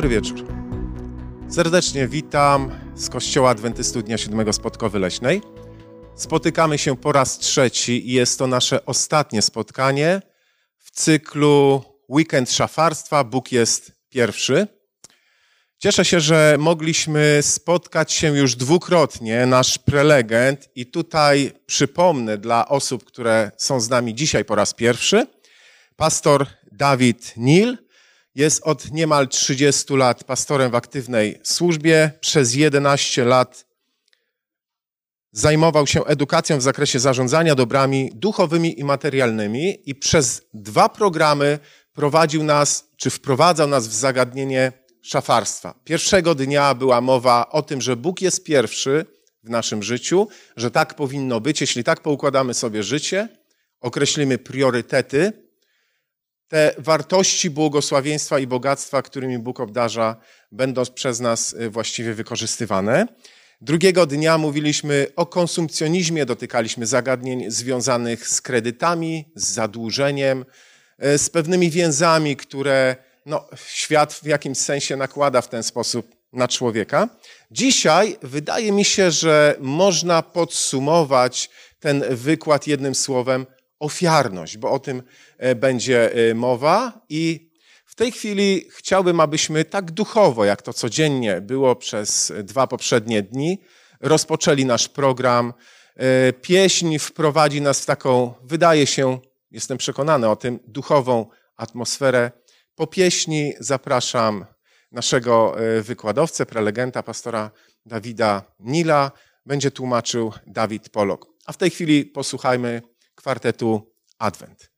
Dobry wieczór. Serdecznie witam z Kościoła Adwentystów Dnia Siódmego z Podkowy Leśnej. Spotykamy się po raz trzeci i jest to nasze ostatnie spotkanie w cyklu Weekend Szafarstwa. Bóg jest pierwszy. Cieszę się, że mogliśmy spotkać się już dwukrotnie, nasz prelegent, i tutaj przypomnę dla osób, które są z nami dzisiaj po raz pierwszy. Pastor Dawid Nil jest od niemal 30 lat pastorem w aktywnej służbie. Przez 11 lat zajmował się edukacją w zakresie zarządzania dobrami duchowymi i materialnymi i przez 2 programy wprowadzał nas w zagadnienie szafarstwa. Pierwszego dnia była mowa o tym, że Bóg jest pierwszy w naszym życiu, że tak powinno być. Jeśli tak poukładamy sobie życie, określimy priorytety, te wartości błogosławieństwa i bogactwa, którymi Bóg obdarza, będą przez nas właściwie wykorzystywane. Drugiego dnia mówiliśmy o konsumpcjonizmie, dotykaliśmy zagadnień związanych z kredytami, z zadłużeniem, z pewnymi więzami, które świat w jakimś sensie nakłada w ten sposób na człowieka. Dzisiaj wydaje mi się, że można podsumować ten wykład jednym słowem: ofiarność, bo o tym będzie mowa. I w tej chwili chciałbym, abyśmy tak duchowo, jak to codziennie było przez 2 poprzednie dni, rozpoczęli nasz program. Pieśń wprowadzi nas w taką, wydaje się, jestem przekonany o tym, duchową atmosferę. Po pieśni zapraszam naszego wykładowcę, prelegenta, pastora Dawida Nila. Będzie tłumaczył Dawid Polok. A w tej chwili posłuchajmy kwartetu Advent.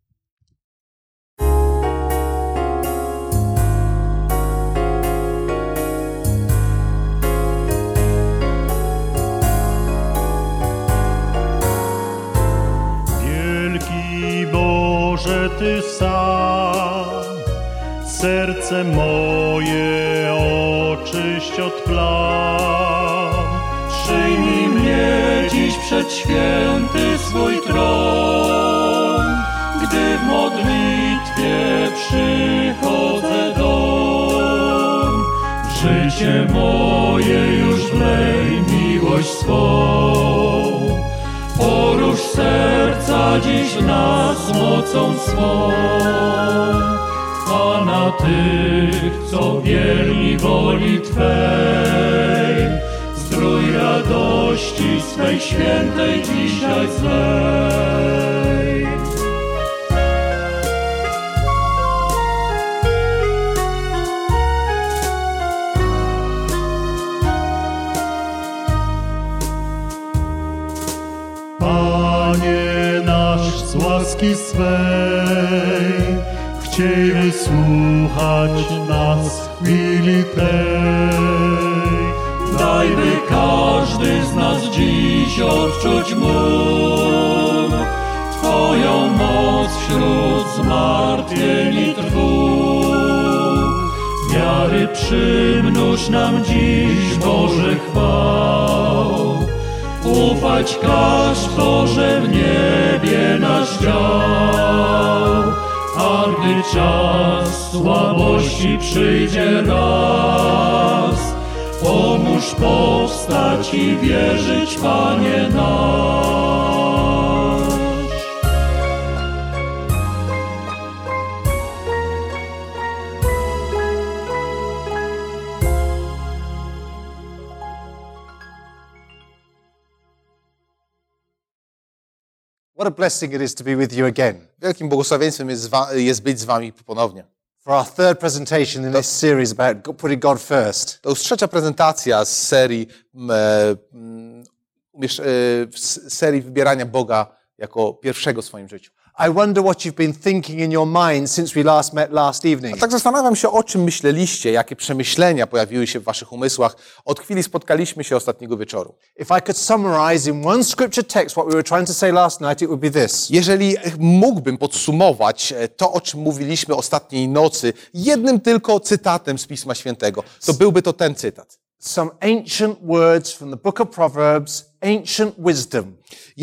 Wielki Boże, Ty sam serce moje oczyść od plam. Przyjmij mnie dziś przed święty swój tron, gdy w modlitwie przychodzę dom. Życie moje już wlej miłość swą, porusz serca dziś nas mocą swą. A na tych, co wierni woli Twej, zdrój radości swej świętej dzisiaj zlej. Panie nasz, z łaski swej chciej wysłuchać nas w chwili tej. Daj, by każdy z nas dziś odczuć mógł Twoją moc wśród zmartwień i trwóg. Wiary przymnóż nam dziś, Boże, chwał. Ufać każ, Boże, w niebie nasz dział. A gdy czas słabości przyjdzie raz, pomóż powstać i wierzyć, Panie nasz. What a blessing it is to be with you again. Wielkim błogosławieństwem jest być z wami ponownie. For our third presentation in this series about putting God first. To już 3. prezentacja z serii wybierania Boga jako pierwszego w swoim życiu. I wonder what you've been thinking in your mind since we last met last evening. A tak zastanawiam się, o czym myśleliście, jakie przemyślenia pojawiły się w waszych umysłach od chwili spotkaliśmy się ostatniego wieczoru. If I could summarize in one scripture text what we were trying to say last night, it would be this. Jeżeli mógłbym podsumować to, o czym mówiliśmy ostatniej nocy, jednym tylko cytatem z Pisma Świętego, to byłby to ten cytat. some ancient words from the book of Proverbs, ancient wisdom.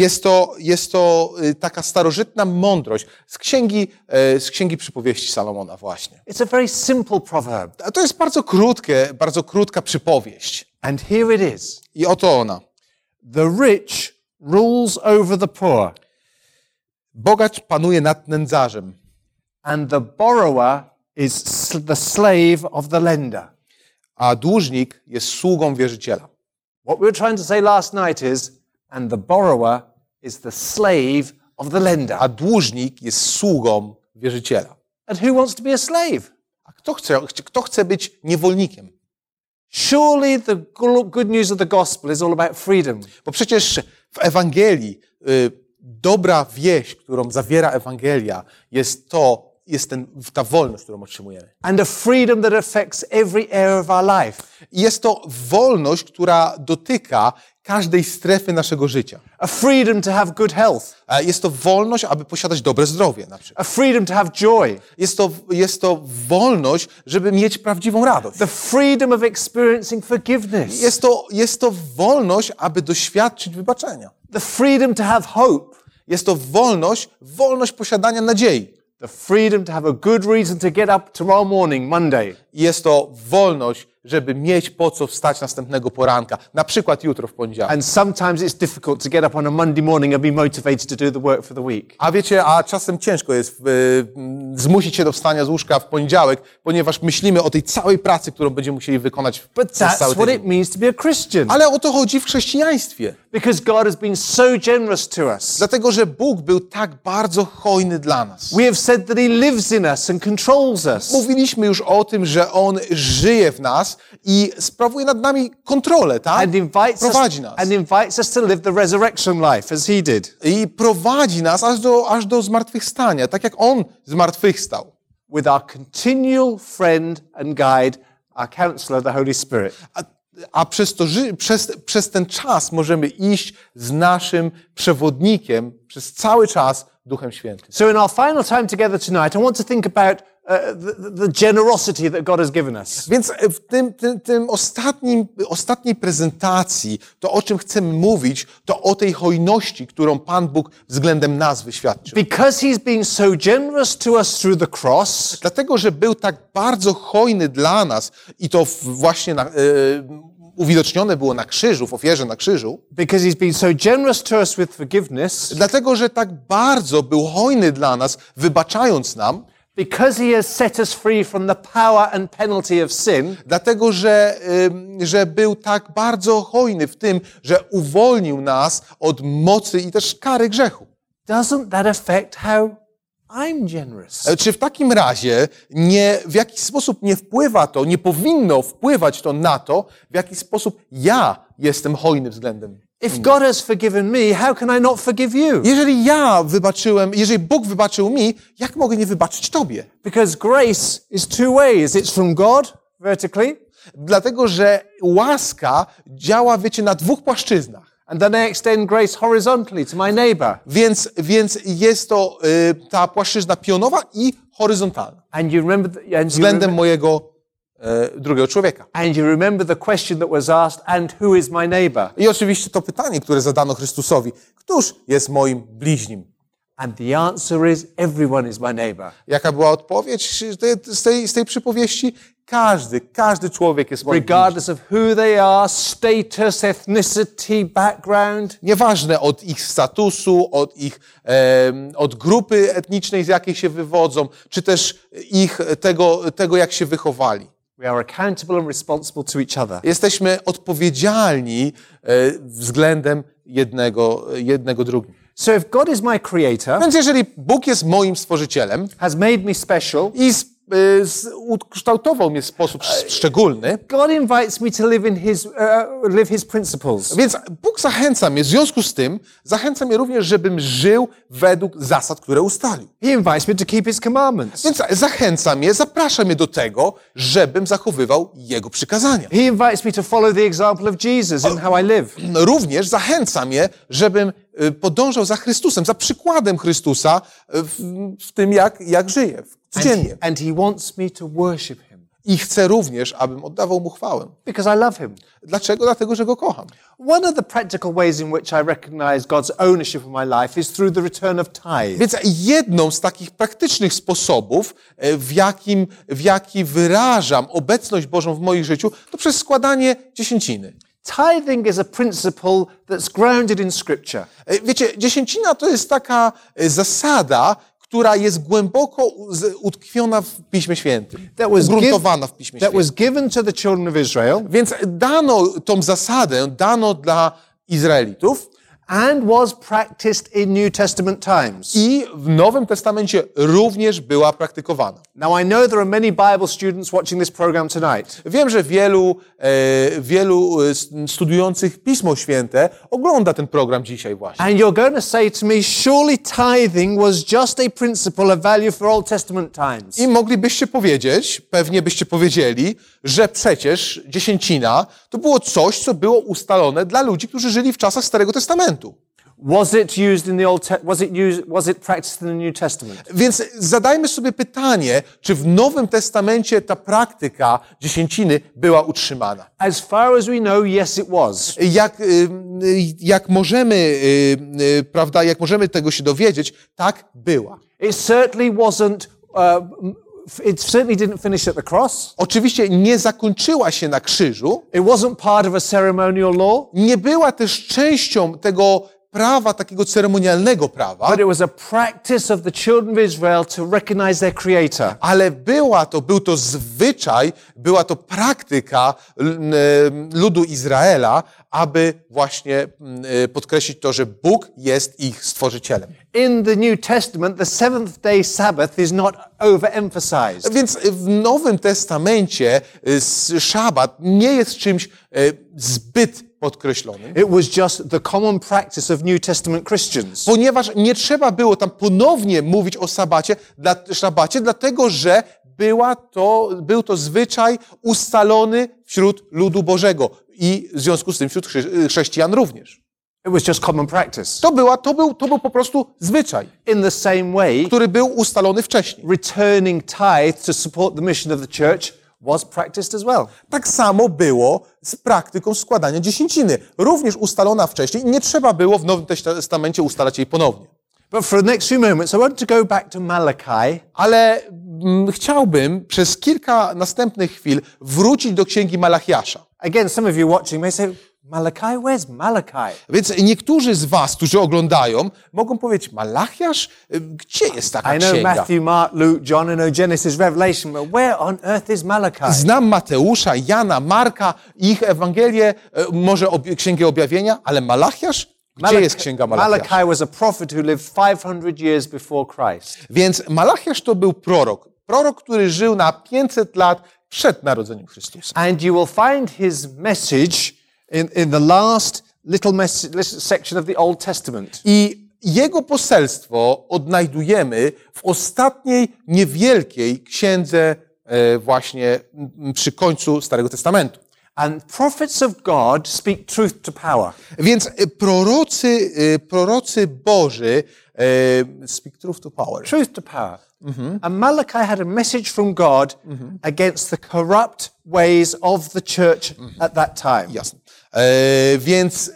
Jest to taka starożytna mądrość z księgi przypowieści Salomona właśnie. It's a very simple proverb. A to jest bardzo krótka przypowieść. And here it is. I oto ona. The rich rules over the poor, Bogacz panuje nad nędzarzem, and the borrower is the slave of the lender. a dłużnik jest sługą wierzyciela. What we were trying to say last night is, and the borrower is the slave of the lender. A dłużnik jest sługą wierzyciela. And who wants to be a slave? A kto chce być niewolnikiem? Surely the good news of the gospel is all about freedom. Bo przecież w Ewangelii dobra wieść, którą zawiera Ewangelia, jest ta wolność, którą otrzymujemy. And a freedom that affects every area of our life. I jest to wolność, która dotyka każdej strefy naszego życia. A freedom to have good health. Jest to wolność, aby posiadać dobre zdrowie na przykład. A freedom to have joy. Jest to wolność, żeby mieć prawdziwą radość. The freedom of experiencing forgiveness. Jest to wolność, aby doświadczyć wybaczenia. The freedom to have hope. Jest to wolność posiadania nadziei. The freedom to have a good reason to get up tomorrow morning, Monday. Jest to wolność, żeby mieć po co wstać następnego poranka, na przykład jutro w poniedziałek. And sometimes it's difficult to get up on a Monday morning and be motivated to do the work for the week. A wiecie, czasem ciężko jest zmusić się do wstania z łóżka w poniedziałek, ponieważ myślimy o tej całej pracy, którą będziemy musieli wykonać But przez cały that's what it tydzień. means to be a Christian. Ale o to chodzi w chrześcijaństwie. Because God has been so generous to us. Dlatego, że Bóg był tak bardzo hojny dla nas. We have said that He lives in us and controls us. Mówiliśmy już o tym, że On żyje w nas i sprawuje nad nami kontrolę, tak? Prowadzi nas. And invites us to live the resurrection life as He did. I prowadzi nas aż do zmartwychwstania, tak jak On zmartwychwstał. With our continual friend and guide, our counselor, the Holy Spirit. A przez ten czas możemy iść z naszym przewodnikiem przez cały czas Duchem Świętym. So in our final time together tonight, I want to think about the generosity that God has given us. Więc w tym ostatniej prezentacji, to o czym chcemy mówić, to o tej hojności, którą Pan Bóg względem nas wyświadczył. Because He's been so generous to us through the cross, Dlatego, że był tak bardzo hojny dla nas i to właśnie uwidocznione było na krzyżu, w ofierze na krzyżu. because He's been so generous to us with forgiveness, Dlatego, że tak bardzo był hojny dla nas, wybaczając nam. because He has set us free from the power and penalty of sin, Dlatego, że był tak bardzo hojny w tym, że uwolnił nas od mocy i też kary grzechu. doesn't that affect how I'm generous? Czy w takim razie w jakiś sposób nie powinno wpływać to na to, w jaki sposób ja jestem hojny względem? If God has forgiven me, how can I not forgive you? Jeżeli Bóg wybaczył mi, jak mogę nie wybaczyć Tobie? Because grace is two ways. It's from God, vertically, Dlatego, że łaska działa, wiecie, na dwóch płaszczyznach. and then I extend grace horizontally to my neighbor. Więc jest to ta płaszczyzna pionowa i horyzontalna And you remember, względem mojego drugiego człowieka. and you remember the question that was asked, and who is my neighbor? I oczywiście to pytanie, które zadano Chrystusowi, któż jest moim bliźnim? And the answer is, everyone is my neighbor. Jaka była odpowiedź z tej przypowieści? Każdy człowiek jest moim bliźnim. Regardless of who they are, status, ethnicity, background. Nieważne od ich statusu, od grupy etnicznej, z jakiej się wywodzą, czy też tego, jak się wychowali. We are accountable and responsible to each other. Jesteśmy odpowiedzialni względem jednego drugim. So if God is my creator, Więc jeżeli Bóg jest moim stworzycielem has made me special, i ukształtował mnie w sposób szczególny, God invites me to live His principles. więc Bóg zachęca mnie, w związku z tym zachęca mnie również, żebym żył według zasad, które ustalił. He invites me to keep His commandments. Więc zaprasza mnie do tego, żebym zachowywał Jego przykazania. He invites me to follow the example of Jesus in how I live. Również zachęca mnie, żebym podążał za Chrystusem, za przykładem Chrystusa w tym, jak żyję codziennie. And he wants me to worship Him. I chcę również, abym oddawał Mu chwałę. because I love him. Dlaczego? Dlatego, że Go kocham. One of the practical ways in which I recognize God's ownership of my life is through the return of tithe. Więc jedną z takich praktycznych sposobów, w jaki wyrażam obecność Bożą w moim życiu, to przez składanie dziesięciny. Tithing is a principle that's grounded in Scripture. Wiecie, dziesięcina to jest taka zasada, która jest głęboko utkwiona w Piśmie Świętym, ugruntowana w Piśmie That Świętym. was given to the children of Israel Więc tą zasadę dano dla Izraelitów and was practiced in New Testament times. i w Nowym Testamencie również była praktykowana. Now I know there are many Bible students watching this program tonight. Wiem, że wielu studiujących Pismo Święte ogląda ten program dzisiaj właśnie. And you're going to say to me, surely tithing was just a principle of value for Old Testament times. I moglibyście powiedzieć, pewnie byście powiedzieli, że przecież dziesięcina to było coś, co było ustalone dla ludzi, którzy żyli w czasach Starego Testamentu. Was it practiced in the New Testament? Więc zadajmy sobie pytanie, czy w Nowym Testamencie ta praktyka dziesięciny była utrzymana. As far as we know, yes it was. Jak możemy tego się dowiedzieć, tak była. It certainly didn't finish at the cross. Oczywiście nie zakończyła się na krzyżu, It wasn't part of a ceremonial law. nie była też częścią tego prawa, takiego ceremonialnego prawa, But it was a practice of the children of Israel to recognize their Creator. ale był to zwyczaj, była to praktyka ludu Izraela, aby właśnie podkreślić to, że Bóg jest ich Stworzycielem. In the New Testament, the seventh day Sabbath is not overemphasized. Więc w Nowym Testamencie szabat nie jest czymś zbyt podkreślonym, It was just the common practice of New Testament Christians. ponieważ nie trzeba było tam ponownie mówić o szabacie, dlatego że był to zwyczaj ustalony wśród ludu Bożego i w związku z tym wśród chrześcijan również. It was just common practice. To był po prostu zwyczaj, In the same way, który był ustalony wcześniej. returning tithe to support the mission of the church was practiced as well. Tak samo było z praktyką składania dziesięciny. Również ustalona wcześniej i nie trzeba było w Nowym Testamencie ustalać jej ponownie. But for the next few moments, I want to go back to Malachi. Ale chciałbym przez kilka następnych chwil wrócić do Księgi Malachiasza. Again, some of you watching may say, Malachi? Where's Malachi? Więc niektórzy z was, którzy oglądają, mogą powiedzieć, Malachiasz? Gdzie jest taka I know księga? Matthew, Mark, Luke, John, I know Genesis, Revelation, but where on earth is Malachi? Znam Mateusza, Jana, Marka, ich Ewangelię, może Księgę Objawienia, ale Malachiasz? Gdzie jest Księga Malachiasza? Malachi was a prophet who lived 500 years before Christ. Więc Malachiasz to był prorok, który żył na 500 lat przed narodzeniem Chrystusa. And you will find his message in the last little section of the Old Testament. I jego poselstwo odnajdujemy w ostatniej, niewielkiej księdze właśnie przy końcu Starego Testamentu. And prophets of God speak truth to power. Więc prorocy Boży speak truth to power. Truth to power. And Malachi had a message from God against the corrupt ways of the church at that time. Jasne. Więc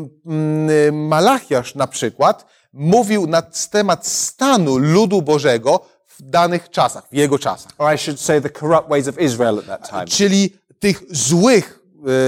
Malachiasz na przykład mówił na temat stanu ludu Bożego w danych czasach, w jego czasach. Or I should say the corrupt ways of Israel at that time. Czyli tych złych,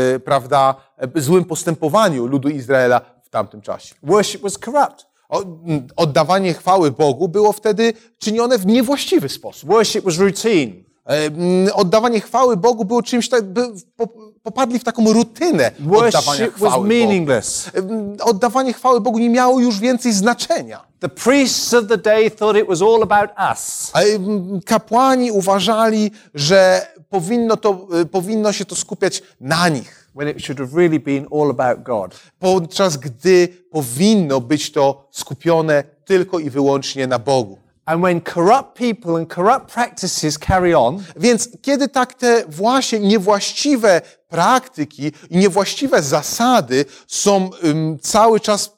złym postępowaniu ludu Izraela w tamtym czasie. Worship was corrupt. Oddawanie chwały Bogu było wtedy czynione w niewłaściwy sposób. Worship was routine. Oddawanie chwały Bogu było czymś tak, popadli w taką rutynę oddawania Worship was chwały meaningless. Bogu. Oddawanie chwały Bogu nie miało już więcej znaczenia. The priests of the day thought it was all about us. Kapłani uważali, że powinno się to skupiać na nich, When it should have really been all about God. podczas gdy powinno być to skupione tylko i wyłącznie na Bogu. And when corrupt people and corrupt practices carry on, Więc kiedy tak te właśnie niewłaściwe praktyki i niewłaściwe zasady są cały czas,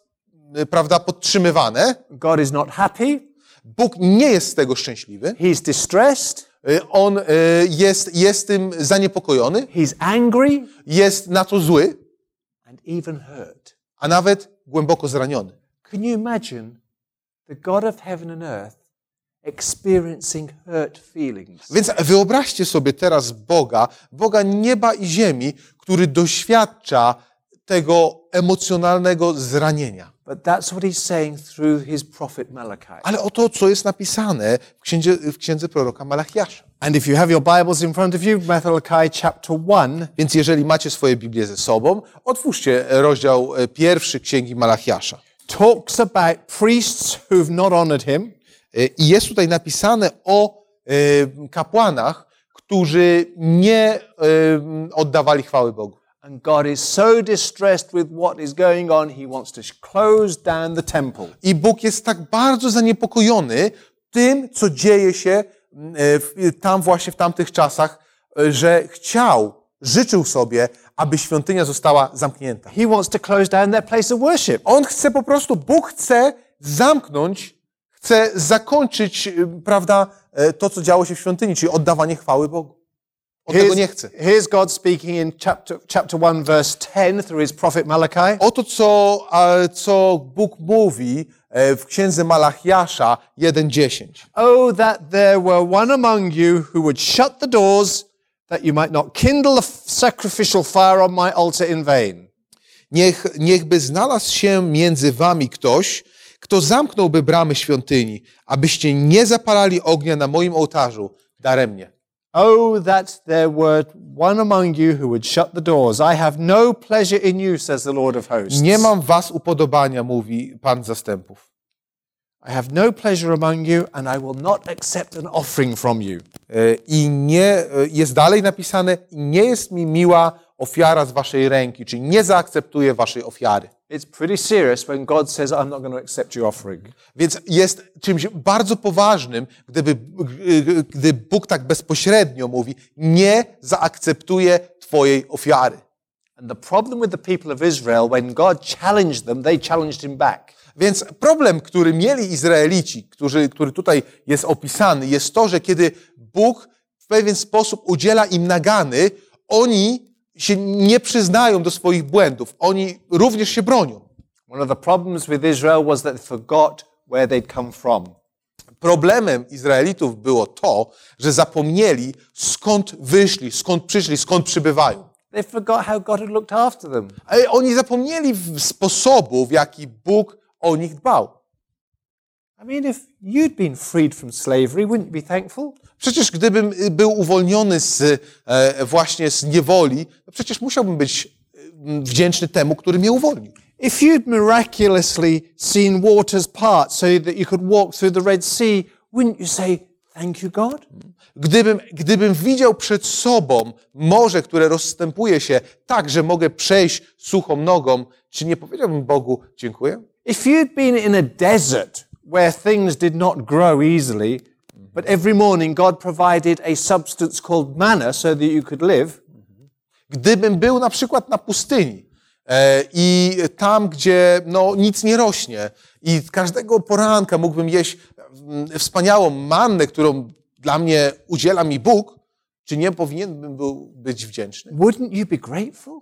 podtrzymywane, God is not happy, Bóg nie jest z tego szczęśliwy, he's distressed, On jest tym zaniepokojony, He's angry jest na to zły, and even hurt. a nawet głęboko zraniony. Can you imagine the God of heaven and earth experiencing hurt feelings? Więc wyobraźcie sobie teraz Boga nieba i ziemi, który doświadcza tego emocjonalnego zranienia. But that's what he's saying through his prophet Malachi. Ale oto, co jest napisane w księdze proroka Malachiasza. And if you have your Bibles in front of you, Malachi chapter 1, Więc jeżeli macie swoje Biblię ze sobą, otwórzcie rozdział 1 księgi Malachiasza. talks about priests who've not honored him. I jest tutaj napisane o kapłanach, którzy nie oddawali chwały Bogu. And God is so distressed with what is going on, he wants to close down the temple. I Bóg jest tak bardzo zaniepokojony tym, co dzieje się tam właśnie w tamtych czasach, że życzył sobie, aby świątynia została zamknięta. He wants to close down their place of worship. Bóg chce zamknąć, chce zakończyć, prawda, to, co działo się w świątyni, czyli oddawanie chwały Bogu. On tego nie chce. Here's God speaking in chapter 1, verse 10 through his prophet Malachi. Oto, co Bóg mówi w księdze Malachiasza 1:10. Oh, that there were one among you who would shut the doors, that you might not kindle a sacrificial fire on my altar in vain. Niechby znalazł się między wami ktoś, kto zamknąłby bramy świątyni, abyście nie zapalali ognia na moim ołtarzu daremnie. Oh, that there were one among you who would shut the doors. I have no pleasure in you, says the Lord of hosts. Nie mam was upodobania, mówi Pan zastępów. I have no pleasure among you, and I will not accept an offering from you. I nie, jest dalej napisane, nie jest mi miła ofiara z waszej ręki, czyli nie zaakceptuję waszej ofiary. It's pretty serious when God says, I'm not going to accept your offering. Więc jest czymś bardzo poważnym, gdy Bóg tak bezpośrednio mówi, nie zaakceptuję twojej ofiary. And the problem with the people of Israel, when God challenged them, they challenged him back. Więc problem, który mieli Izraelici, który tutaj jest opisany, jest to, że kiedy Bóg w pewien sposób udziela im nagany, oni się nie przyznają do swoich błędów. Oni również się bronią. One of the problems with Israel was that they forgot where they'd come from. Problemem Izraelitów było to, że zapomnieli, skąd wyszli, skąd przyszli, skąd przybywają. They forgot how God had looked after them. Ale oni zapomnieli sposobu, w jaki Bóg o nich dbał. I mean, if you'd been freed from slavery, wouldn't you be thankful? Przecież gdybym był uwolniony właśnie z niewoli, przecież musiałbym być wdzięczny temu, który mnie uwolnił. If you'd miraculously seen waters part so that you could walk through the Red Sea, wouldn't you say, thank you, God? Gdybym widział przed sobą morze, które rozstępuje się tak, że mogę przejść suchą nogą, czy nie powiedziałbym Bogu dziękuję? If you'd been in a desert where things did not grow easily, but every morning God provided a substance called manna so that you could live. Gdybym był na przykład na pustyni i tam, gdzie nic nie rośnie i każdego poranka mógłbym jeść wspaniałą mannę, którą dla mnie udziela mi Bóg, czy nie powinienem być wdzięczny? Wouldn't you be grateful?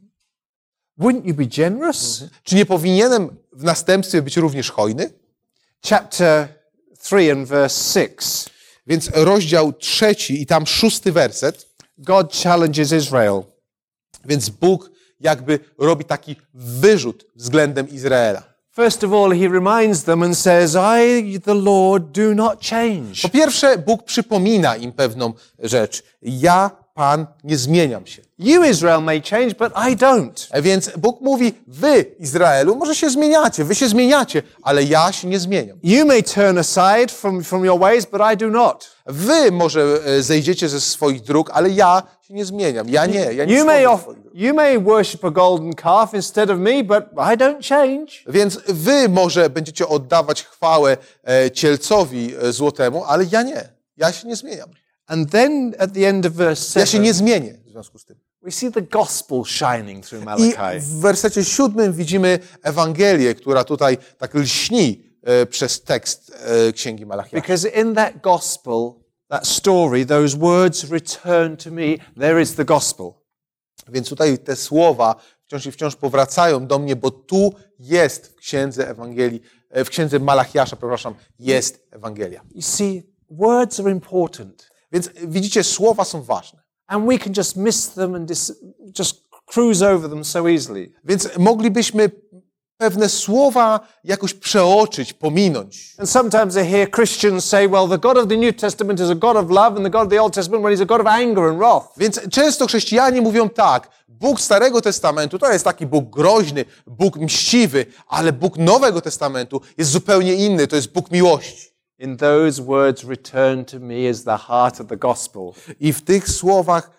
Wouldn't you be generous? Czy nie powinienem w następstwie być również hojny? Chapter 3 and verse 6. Więc rozdział 3 i tam 6 werset. God challenges Israel. Więc Bóg jakby robi taki wyrzut względem Izraela. First of all, he reminds them and says, I, the Lord, do not change. Po pierwsze, Bóg przypomina im pewną rzecz. Ja, Pan, nie zmieniam się. You, Israel, may change, but I don't. Więc Bóg mówi, wy, Izraelu, może się zmieniacie, wy się zmieniacie, ale ja się nie zmieniam. You may turn aside from your ways, but I do not. Wy może zejdziecie ze swoich dróg, ale ja się nie zmieniam. Ja nie You may worship a golden calf instead of me, but I don't change. Więc wy może będziecie oddawać chwałę cielcowi złotemu, ale ja nie. Ja się nie zmieniam. And then at the end of verse 7, ja się nie zmienię w związku z tym. we see the gospel shining through I Malachi. w wersecie 7 widzimy Ewangelię, która tutaj tak lśni przez tekst Księgi Malachiasza. Because in that gospel, that story, those words return to me, there is the gospel. Więc tutaj te słowa wciąż i wciąż powracają do mnie, bo tu jest w księdze Ewangelii, w księdze Malachiasza, jest Ewangelia. You see, words are important. Więc widzicie, słowa są ważne. And we can just miss them and just cruise over them so easily. Więc moglibyśmy pewne słowa jakoś przeoczyć, pominąć. And sometimes I hear Christians say, well, the God of the New Testament is a God of love and the God of the Old Testament, well, he's a God of anger and wrath. Więc często chrześcijanie mówią tak, Bóg Starego Testamentu to jest taki Bóg groźny, Bóg mściwy, ale Bóg Nowego Testamentu jest zupełnie inny, to jest Bóg miłości. In those words, return to me is the heart of the gospel. I w tych słowach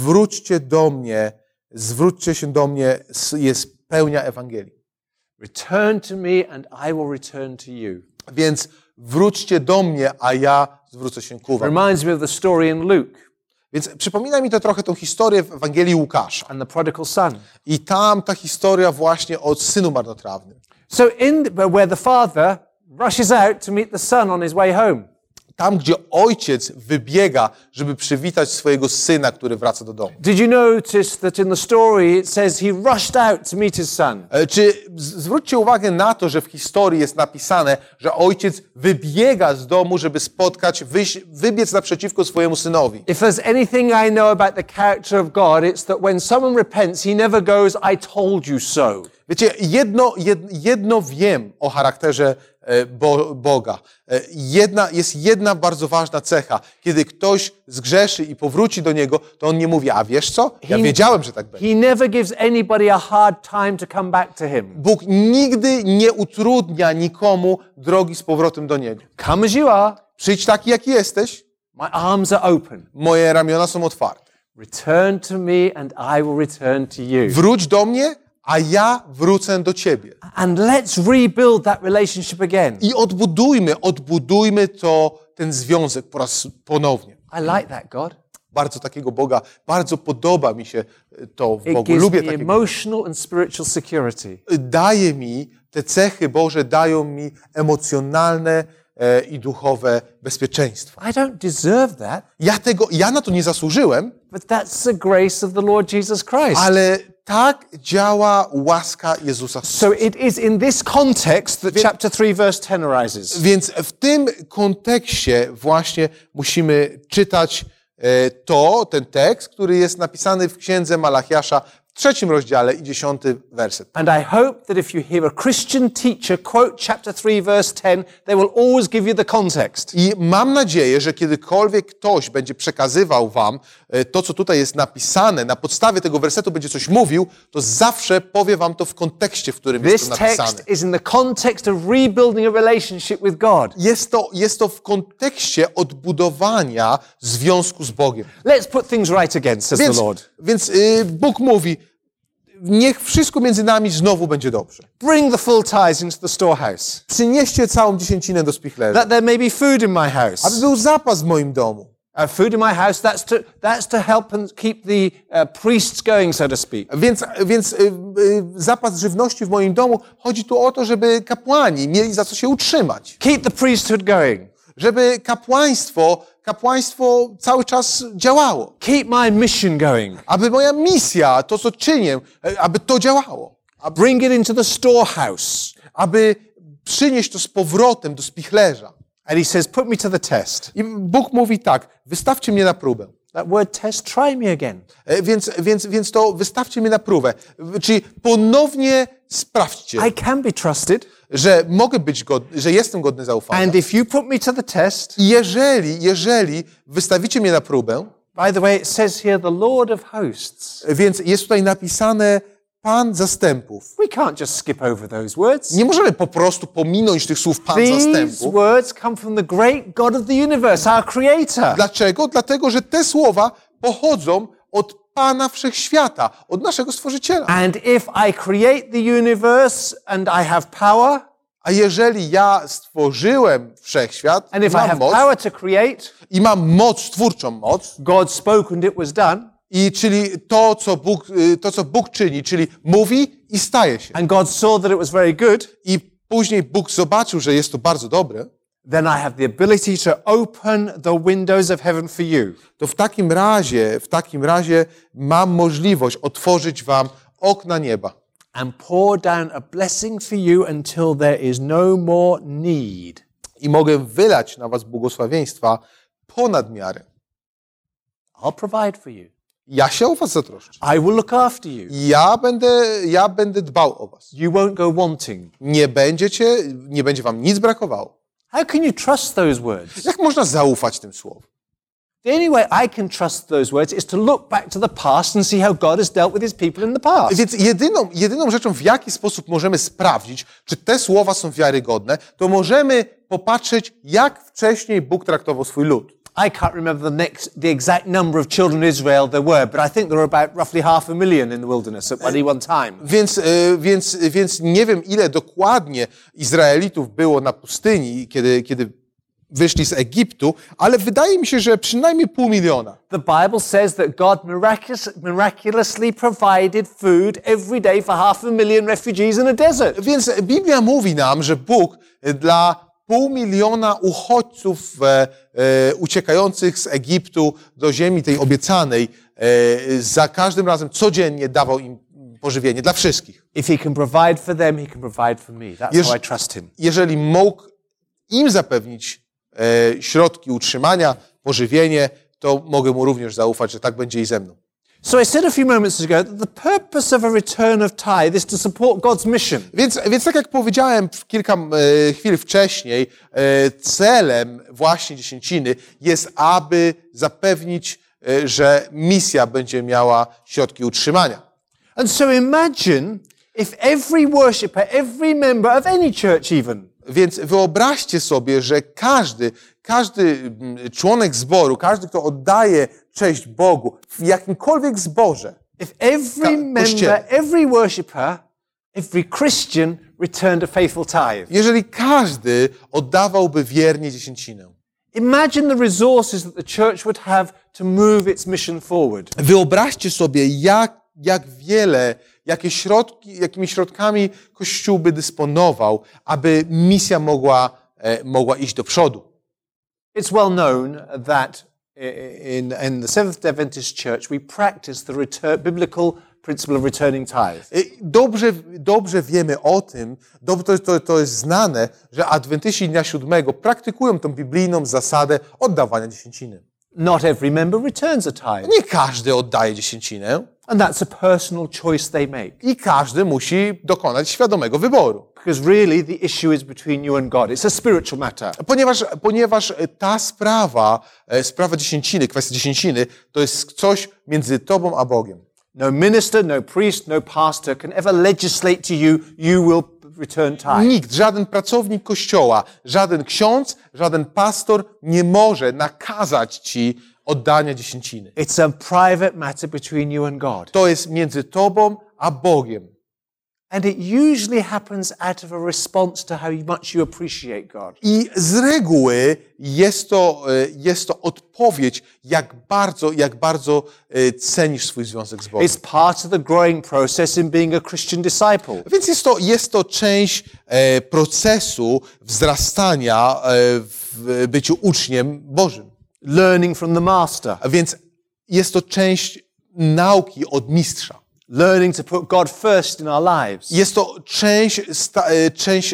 zwróćcie się do mnie, jest pełnia Ewangelii. Return to me and I will return to you. Więc wróćcie do mnie, a ja zwrócę się ku wam. Reminds me of the story in Luke Więc przypomina mi to trochę tą historię w Ewangelii Łukasza. and the prodigal son. I tam ta historia właśnie o synu marnotrawnym. So where the father rushes out to meet the son on his way home. Tam, gdzie ojciec wybiega, żeby przywitać swojego syna, który wraca do domu. Did you notice that in the story it says he rushed out to meet his son? Zwróćcie uwagę na to, że w historii jest napisane, że ojciec wybiega z domu, żeby wybiec naprzeciwko swojemu synowi. If there's anything I know about the character of God, it's that when someone repents, he never goes, I told you so. Wiecie, jedno wiem o charakterze Boga. Jest jedna bardzo ważna cecha. Kiedy ktoś zgrzeszy i powróci do Niego, to on nie mówi, a wiesz co? Ja wiedziałem, że tak będzie. He never gives anybody a hard time to come back to him. Bóg nigdy nie utrudnia nikomu drogi z powrotem do Niego. Come as you are. Przyjdź taki, jaki jesteś. My arms are open. Moje ramiona są otwarte. Return to me and I will return to you. Wróć do mnie, a ja wrócę do Ciebie. And let's rebuild that relationship again. I odbudujmy ten związek po raz ponownie. I like that, God. Bardzo takiego Boga, bardzo podoba mi się to w It Bogu. gives Lubię me takiego. emotional and spiritual security. Daje mi, te cechy Boże dają mi emocjonalne i duchowe bezpieczeństwo. I don't deserve that, Ja na to nie zasłużyłem, but that's the grace of the Lord Jesus Christ. ale tak działa łaska Jezusa Chrystusa. So it is in this context that chapter 3 verse 10 arises. Więc w tym kontekście właśnie musimy czytać ten tekst, który jest napisany w księdze Malachiasza w 3 rozdziale i 10 werset. And I hope that if you hear a Christian teacher quote chapter 3 verse 10, they will always give you the context. I mam nadzieję, że kiedykolwiek ktoś będzie przekazywał wam to, co tutaj jest napisane, na podstawie tego wersetu będzie coś mówił, to zawsze powie wam to w kontekście, w którym jest This to napisane. text is in the context of rebuilding a relationship with God. Jest to w kontekście odbudowania związku z Bogiem. Let's put things right again, says the Lord. Więc Bóg mówi, niech wszystko między nami znowu będzie dobrze. Bring the full tithes into the storehouse, Przynieście całą dziesięcinę do spichlerza, that there may be food in my house. aby był zapas w moim domu. Food in my house, that's to help and keep the priests going, so to speak. Więc zapas żywności w moim domu, chodzi tu o to, żeby kapłani mieli za co się utrzymać. Keep the priesthood going. Żeby kapłaństwo cały czas działało. Keep my mission going. Aby moja misja, to co czynię, aby to działało. Bring it into the storehouse. Aby przynieść to z powrotem do spichlerza. And he says, put me to the test. I Bóg mówi tak, wystawcie mnie na próbę. That word test, try me again. Więc to wystawcie mnie na próbę. Czyli ponownie sprawdźcie, I can be trusted. że mogę być godny, że jestem godny zaufania. And if you put me to the test, I jeżeli wystawicie mnie na próbę, by the way, it says here, the Lord of hosts. więc jest tutaj napisane Pan zastępów. We can't just skip over those words. Nie możemy po prostu pominąć tych słów Pan These zastępów. words come from the great God of the universe, our creator. Dlaczego? Dlatego, że te słowa pochodzą od Pana Wszechświata, od naszego Stworzyciela. And if I create the universe and I have power, A jeżeli ja stworzyłem Wszechświat, and if I mam have moc power to create, i mam moc, twórczą moc, God spoke and it was done, i czyli to, co Bóg czyni, czyli mówi i staje się. and God saw that it was very good, I później Bóg zobaczył, że jest to bardzo dobre, then I have the ability to open the windows of heaven for you. To w takim razie mam możliwość otworzyć wam okna nieba And pour down a blessing for you until there is no more need. i mogę wylać na was błogosławieństwa ponad miarę. I'll provide for you. Ja się o was zatroszczę. I will look after you. Ja będę dbał o was. You won't go wanting. Nie będzie wam nic brakowało. How can you trust those words? Jak można zaufać tym słowom? The only way I can trust those words is to look back to the past and see how God has dealt with his people in the past. Więc jedyną rzeczą, w jaki sposób możemy sprawdzić, czy te słowa są wiarygodne, to możemy popatrzeć, jak wcześniej Bóg traktował swój lud. I can't remember the exact number of children of Israel there were, but I think there were about roughly 500,000 in the wilderness at any one time. Więc nie wiem, ile dokładnie Izraelitów było na pustyni, kiedy wyszli z Egiptu, ale wydaje mi się, że przynajmniej 500,000. The Bible says that God miraculously provided food every day for 500,000 refugees in a desert. Więc Biblia mówi nam, że Bóg dla 500,000 uchodźców uciekających z Egiptu do ziemi tej obiecanej za każdym razem codziennie dawał im pożywienie dla wszystkich. If he can provide for them, he can provide for me. That's how I trust him. Jeżeli mógł im zapewnić środki utrzymania, pożywienie, to mogę mu również zaufać, że tak będzie i ze mną. So I said a few moments ago that the purpose of a return of tithe is to support God's mission. Więc tak jak powiedziałem kilka chwil wcześniej, celem właśnie dziesięciny jest, aby zapewnić, że misja będzie miała środki utrzymania. And so imagine if every worshipper, every member of any church even, Więc wyobraźcie sobie, że każdy członek zboru, każdy, kto oddaje cześć Bogu w jakimkolwiek zborze, if every member, every worshipper, every Christian returned a faithful tithe. jeżeli każdy oddawałby wiernie dziesięcinę. Imagine the resources that the church would have to move its mission forward. Wyobraźcie sobie, jakimi środkami Kościół by dysponował, aby misja mogła iść do przodu. It's well known that in the Seventh-day Adventist Church we practice the biblical principle of returning tithe. Dobrze wiemy o tym, to jest znane, że adwentyści Dnia Siódmego praktykują tą biblijną zasadę oddawania dziesięciny. Not every member returns a tithe. Nie każdy oddaje dziesięcinę. And that's a personal choice they make. I każdy musi dokonać świadomego wyboru. Because really the issue is between you and God. It's a spiritual matter. Ponieważ ta sprawa dziesięciny, kwestia dziesięciny, to jest coś między tobą a Bogiem. No minister, no priest, no pastor can ever legislate to you, you will return tithe. Nikt, żaden pracownik Kościoła, żaden ksiądz, żaden pastor nie może nakazać ci oddania dziesięciny. It's a private matter between you and God. To jest między tobą a Bogiem. And it usually happens out of a response to how much you appreciate God. I z reguły jest to odpowiedź, jak bardzo cenisz swój związek z Bogiem. It's part of the growing process in being a Christian disciple. Więc jest to część procesu wzrastania w byciu uczniem Bożym. Learning from the master. A więc jest to część nauki od mistrza. Learning to put God first in our lives. Jest to część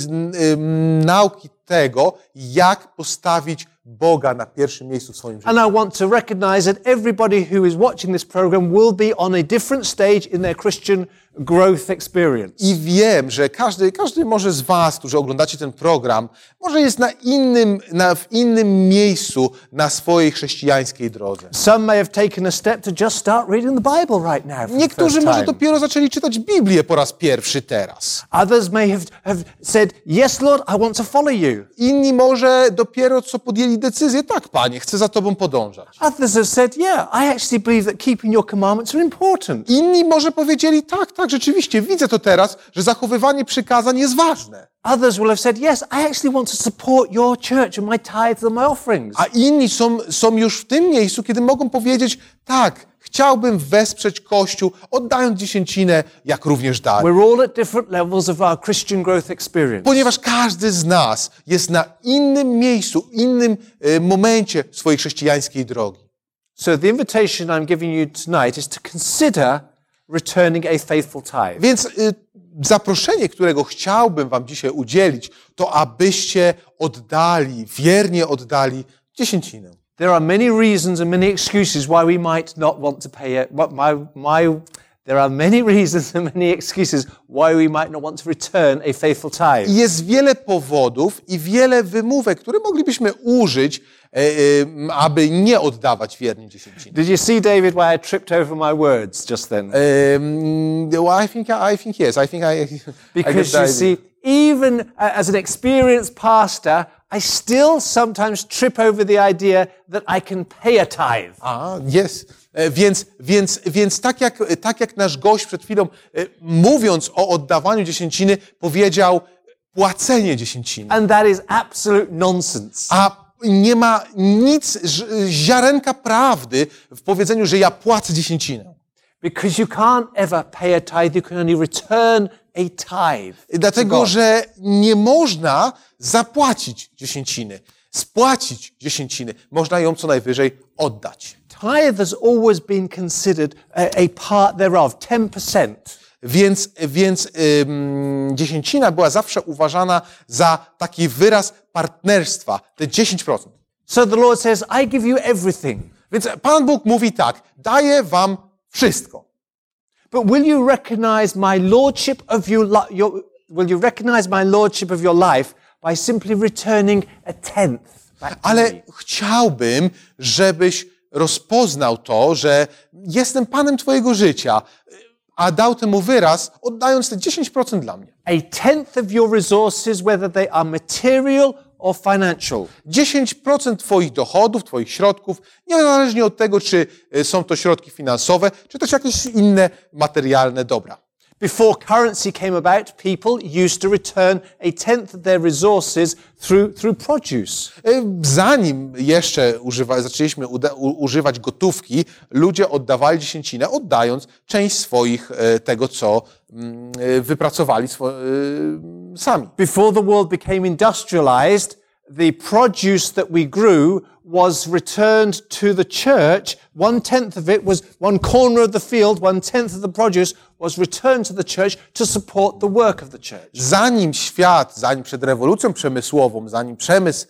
nauki tego, jak postawić Boga na pierwszym miejscu w swoim życiu. And I want to recognize that everybody who is watching this program will be on a different stage in their Christian growth experience. I wiem, że każdy może z was, którzy oglądacie ten program, może jest w innym miejscu na swojej chrześcijańskiej drodze. Some may have taken a step to just start reading the Bible right now. Niektórzy może dopiero zaczęli czytać Biblię po raz pierwszy teraz. Others may have said, yes, Lord, I want to follow you. Inni może dopiero co podjęli decyzję, tak, Panie, chcę za Tobą podążać. Others have said, yeah, I actually believe that keeping your commandments are important. Inni może powiedzieli, tak, tak, rzeczywiście, widzę to teraz, że zachowywanie przykazań jest ważne. Others will have said, yes, I actually want to support your church and my tithes and my offerings. A inni są już w tym miejscu, kiedy mogą powiedzieć, tak, chciałbym wesprzeć Kościół, oddając dziesięcinę, jak również dar. We're all at different levels of our Christian growth experience. Ponieważ każdy z nas jest na innym miejscu, innym momencie swojej chrześcijańskiej drogi. So the invitation I'm giving you tonight is to consider returning a faithful tithe. Więc zaproszenie, którego chciałbym wam dzisiaj udzielić, to abyście wiernie oddali dziesięcinę. There are many reasons and many excuses why we might not want to pay it. There are many reasons and many excuses why we might not want to return a faithful tithe. I jest wiele powodów i wiele wymówek, które moglibyśmy użyć, aby nie oddawać wiernie dziesięciny. Did you see, David, why I tripped over my words just then? Well, I think yes. Because you see, even as an experienced pastor, I still sometimes trip over the idea that I can pay a tithe. Jest. Więc tak jak nasz gość przed chwilą, mówiąc o oddawaniu dziesięciny, powiedział płacenie dziesięciny. And that is absolute nonsense. A nie ma nic, ziarenka prawdy w powiedzeniu, że ja płacę dziesięcinę. Because you can't ever pay a tithe, you can only return a tithe. Dlatego, że nie można zapłacić dziesięciny, spłacić dziesięciny. Można ją co najwyżej oddać. Tithe has always been considered a part thereof, 10%. Więc dziesięcina była zawsze uważana za taki wyraz partnerstwa, te 10%. So the Lord says, I give you everything. Więc Pan Bóg mówi tak, daję wam wszystko. But will you recognize my lordship of your life by simply returning a tenth back to Ale me? chciałbym, żebyś rozpoznał to, że jestem Panem twojego życia, a dał temu wyraz, oddając te 10% dla mnie. A tenth of your resources, whether they are material or financial. 10% twoich dochodów, twoich środków, niezależnie od tego, czy są to środki finansowe, czy też jakieś inne materialne dobra. Before currency came about, people used to return a tenth of their resources through produce. Zanim jeszcze zaczęliśmy używać gotówki, ludzie oddawali dziesięcinę, oddając część swoich tego, co wypracowali sami. Before the world became industrialized, the produce that we grew was returned to the church. 1/10 of it was one corner of the field, 1/10 of the produce was returned to the church to support the work of the church. Zanim przed rewolucją przemysłową, zanim przemysł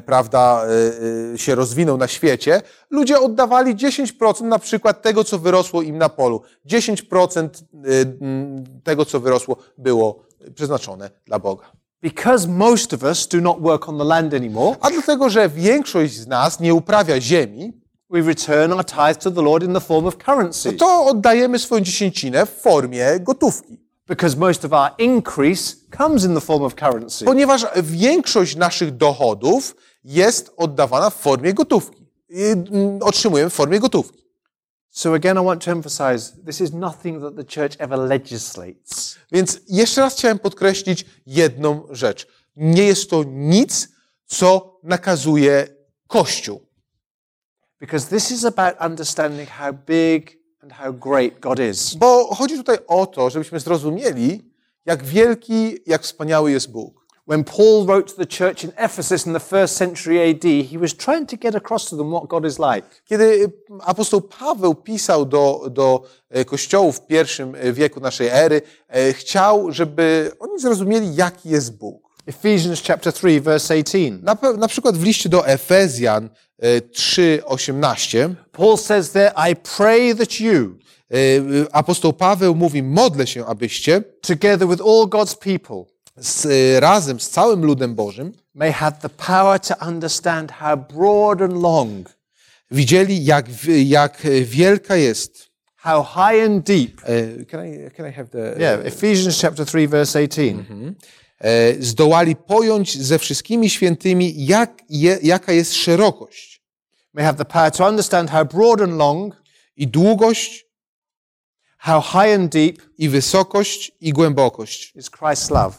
się rozwinął na świecie, ludzie oddawali 10% na przykład tego, co wyrosło im na polu. 10% tego, co wyrosło, było przeznaczone dla Boga. Because most of us do not work on the land anymore, A dlatego, że większość z nas nie uprawia ziemi, we return our tithe to the Lord in the form of currency. to oddajemy swoją dziesięcinę w formie gotówki. Because most of our increase comes in the form of currency. Ponieważ większość naszych dochodów jest oddawana w formie gotówki. Otrzymujemy w formie gotówki. So again, I want to emphasize, this is nothing that the church ever legislates. Więc jeszcze raz chciałem podkreślić jedną rzecz. Nie jest to nic, co nakazuje Kościół. Because this is about understanding how big and how great God is. Bo chodzi tutaj o to, żebyśmy zrozumieli, jak wielki, jak wspaniały jest Bóg. When Paul wrote to the church in Ephesus in the first century AD, he was trying to get across to them what God is like. Kiedy apostoł Paweł pisał do kościołów w pierwszym wieku naszej ery, chciał, żeby oni zrozumieli, jaki jest Bóg. Ephesians chapter 3, verse 18. Na przykład w liście do Efezjan 3:18 Paul says there, I pray that you, apostoł Paweł mówi, modlę się, abyście together with all God's people, razem z całym ludem Bożym may have the power to understand how broad and long, widzieli, jak wielka jest. how high and deep. Can I have the... Yeah, Ephesians chapter 3, verse 18. Zdołali pojąć ze wszystkimi świętymi, jaka jest szerokość May have the power to understand how broad and long, i długość, how high and deep i wysokość, i głębokość is Christ's love.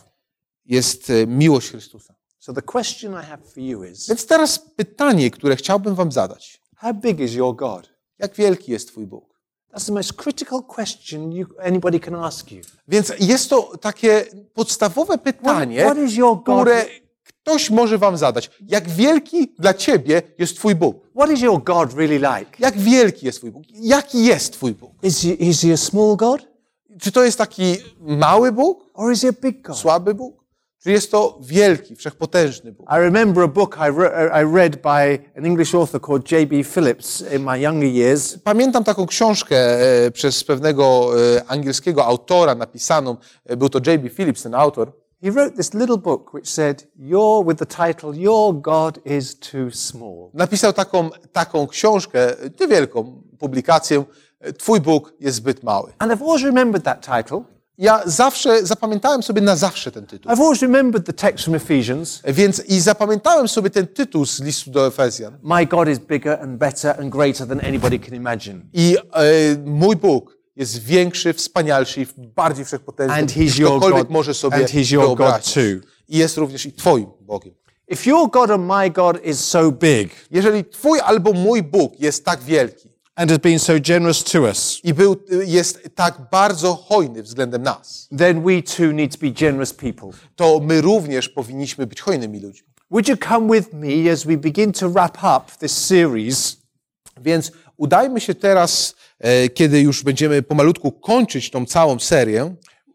jest miłość Chrystusa. So the question I have for you is, Więc teraz pytanie, które chciałbym wam zadać. how big is your God? Jak wielki jest twój Bóg? That's the most critical question anybody can ask you. Więc jest to takie podstawowe pytanie, What is your God? które ktoś może wam zadać. Jak wielki dla ciebie jest twój Bóg? What is your God really like? Jak wielki jest twój Bóg? Jaki jest twój Bóg? Is he a small God? Czy to jest taki mały Bóg? Or is he a big God? Słaby Bóg? Czy jest to wielki, wszechpotężny Bóg? I remember a book I read by an English author called J.B. Phillips in my younger years. Pamiętam taką książkę przez pewnego angielskiego autora napisaną. Był to J.B. Phillips, ten autor. He wrote this little book which said, with the title, Your God is too small. Napisał taką książkę, niewielką publikację, Twój Bóg jest zbyt mały. And I've always remembered that title. Ja zapamiętałem sobie na zawsze ten tytuł. I've always remembered the text from Ephesians. Więc i zapamiętałem sobie ten tytuł z listu do Efezjan. My God is bigger and better and greater than anybody can imagine. I mój Bóg jest większy, wspanialszy i bardziej wszechpotężny, And niż he's your ktokolwiek God. może sobie And he's your God wyobrazić. too. I jest również i Twoim Bogiem. If your God and my God is so big Jeżeli Twój albo mój Bóg jest tak wielki and has been so generous to us, i jest tak bardzo hojny względem nas, then we too need to be generous people. to my również powinniśmy być hojnymi ludźmi. Would you come with me as we begin to wrap up this series? Więc udajmy się teraz, kiedy już będziemy pomalutku kończyć tą całą serię.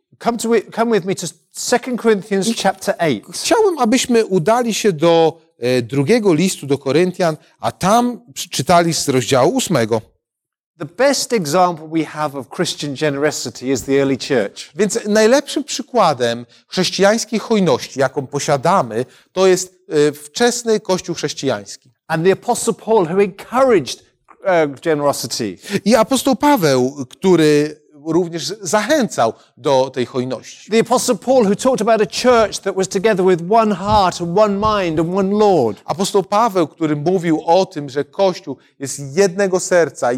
Come with me to 2 Corinthians chapter 8. Chciałbym, abyśmy udali się do drugiego listu do Koryntian, a tam czytali z rozdziału 8. The best example we have of Christian generosity is the early church. Więc najlepszym przykładem chrześcijańskiej hojności, jaką posiadamy, to jest wczesny Kościół chrześcijański. And the Apostle Paul, who encouraged generosity. I apostoł Paweł, który również zachęcał do tej hojności. The Apostle Paul, who talked about a church that was together with one heart and one mind and one Lord. Apostoł Paweł, który mówił o tym, że Kościół jest jednego serca,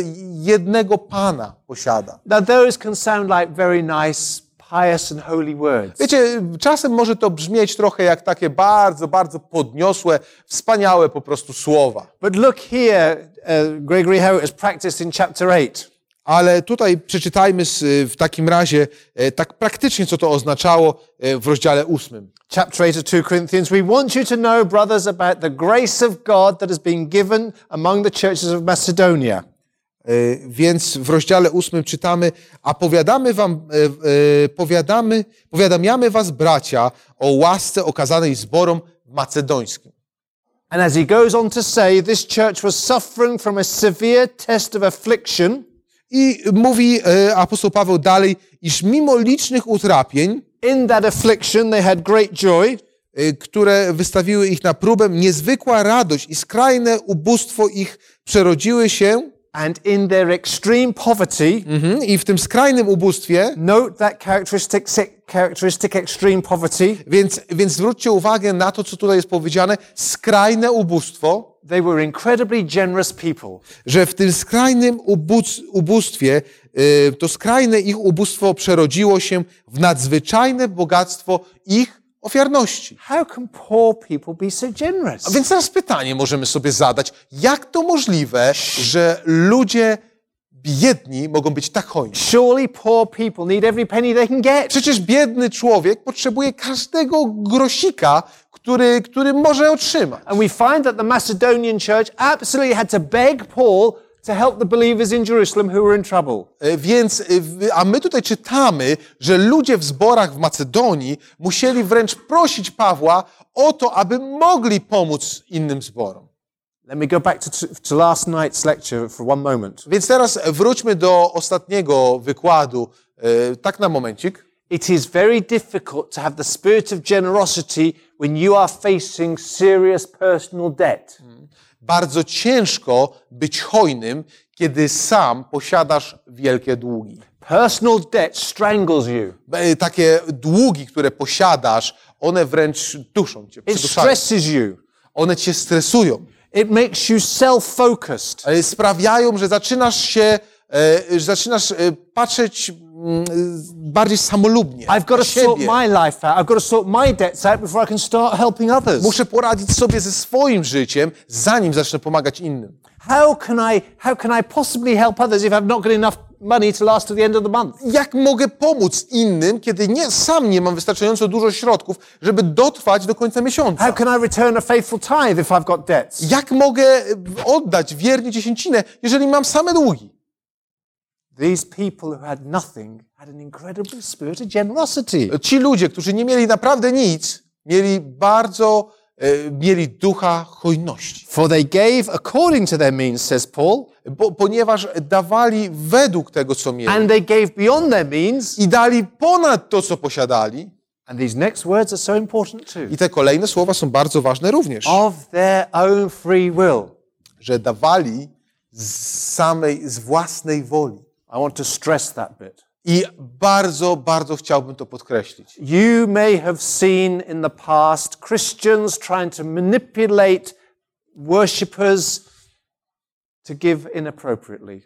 jednego Pana posiada. Now those can sound like very nice, pious and holy words. Wiecie, czasem może to brzmieć trochę jak takie bardzo, bardzo podniosłe, wspaniałe po prostu słowa. But look here, Gregory Howard has practiced in chapter 8. Ale tutaj przeczytajmy w takim razie tak praktycznie, co to oznaczało w rozdziale 8. Chapter 8 of 2 Corinthians. We want you to know, brothers, about the grace of God that has been given among the churches of Macedonia. Więc w rozdziale 8 czytamy, a powiadamiamy was, bracia, o łasce okazanej zborom macedońskim. And as he goes on to say, this church was suffering from a severe test of affliction. I mówi apostoł Paweł dalej, iż mimo licznych utrapień, In that affliction they had great joy. Które wystawiły ich na próbę, niezwykła radość i skrajne ubóstwo ich przerodziły się. And in their extreme poverty, I w tym skrajnym ubóstwie, note that characteristic extreme poverty, więc zwróćcie uwagę na to, co tutaj jest powiedziane, skrajne ubóstwo, they were incredibly generous people. że w tym skrajnym ubóstwie, to skrajne ich ubóstwo przerodziło się w nadzwyczajne bogactwo ich ofiarności. How can poor people be so generous? A więc teraz pytanie możemy sobie zadać, jak to możliwe, że ludzie biedni mogą być tak hojni? Surely poor people need every penny they can get. Przecież biedny człowiek potrzebuje każdego grosika, który może otrzymać. And we find that the Macedonian church absolutely had to beg Paul to help the believers in Jerusalem who were in trouble. A my tutaj czytamy, że ludzie w zborach w Macedonii musieli wręcz prosić Pawła o to, aby mogli pomóc innym zborom. Let me go back to last night's lecture for one moment. Więc teraz wróćmy do ostatniego wykładu, tak na momencik. It is very difficult to have the spirit of generosity when you are facing serious personal debt. Bardzo ciężko być hojnym, kiedy sam posiadasz wielkie długi. Personal debt strangles you. Takie długi, które posiadasz, one wręcz duszą cię, It przyduszają. stresses you. One cię stresują. It makes you self-focused. Sprawiają, że zaczynasz się zaczynasz patrzeć bardziej samolubnie. I've got na to sort siebie. my life out. I've got to sort my debts out before I can start helping others. Muszę poradzić sobie ze swoim życiem, zanim zacznę pomagać innym. How can I possibly help others if I've not got enough money to last to the end of the month? Jak mogę pomóc innym, kiedy sam nie mam wystarczająco dużo środków, żeby dotrwać do końca miesiąca? How can I return a faithful tithe if I've got debts? Jak mogę oddać wiernie dziesięcinę, jeżeli mam same długi? These people who had nothing had an incredible spirit of generosity. Ci ludzie, którzy nie mieli naprawdę nic, mieli ducha hojności. For they gave according to their means, says Paul, Ponieważ dawali według tego, co mieli. and they gave beyond their means. I dali ponad to, co posiadali. And these next words are so important too. I te kolejne słowa są bardzo ważne również. Of their own free will. Że dawali z własnej woli. I want to stress that bit. I bardzo, bardzo chciałbym to podkreślić. You may have seen in the past Christians trying to manipulate worshippers to give inappropriately.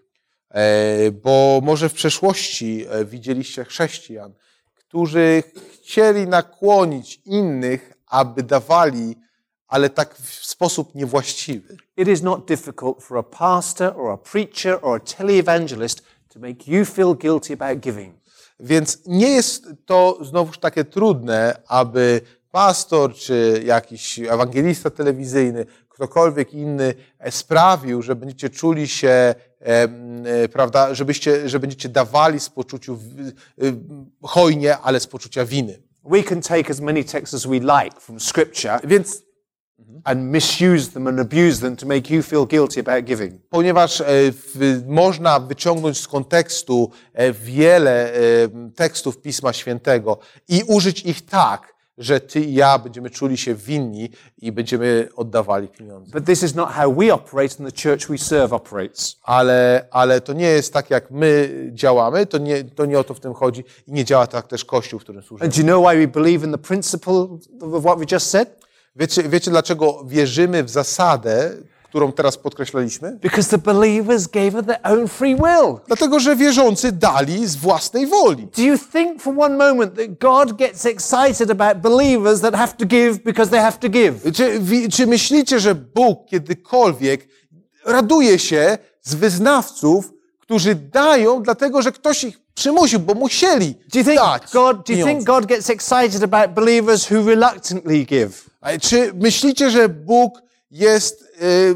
Bo może w przeszłości widzieliście chrześcijan, którzy chcieli nakłonić innych, aby dawali, ale tak w sposób niewłaściwy. It is not difficult for a pastor or a preacher or a televangelist to make you feel guilty about giving. Więc nie jest to znowuż takie trudne, aby pastor czy jakiś ewangelista telewizyjny, ktokolwiek inny sprawił, że będziecie czuli się, prawda, że będziecie dawali z poczuciu hojnie, ale z poczucia winy. We can take as many texts as we like from Scripture Więc and misuse them and abuse them to make you feel guilty about giving. ponieważ można wyciągnąć z kontekstu wiele tekstów Pisma Świętego i użyć ich tak, że ty i ja będziemy czuli się winni i będziemy oddawali pieniądze. But this is not how we operate and the church we serve operates. Ale to nie jest tak, jak my działamy, to nie o to w tym chodzi i nie działa tak też Kościół, w którym służymy. And do you know why we believe in the principle of what we just said? Wiecie dlaczego wierzymy w zasadę, którą teraz podkreślaliśmy? Because the believers gave of their own free will. Dlatego, że wierzący dali z własnej woli. Do you think for one moment that God gets excited about believers that have to give because they have to give? Czy myślicie, że Bóg kiedykolwiek raduje się z wyznawców, którzy dają, dlatego że ktoś ich przymusił, bo musieli dać do you pieniądze? think God gets excited about believers who reluctantly give? Czy myślicie, że Bóg jest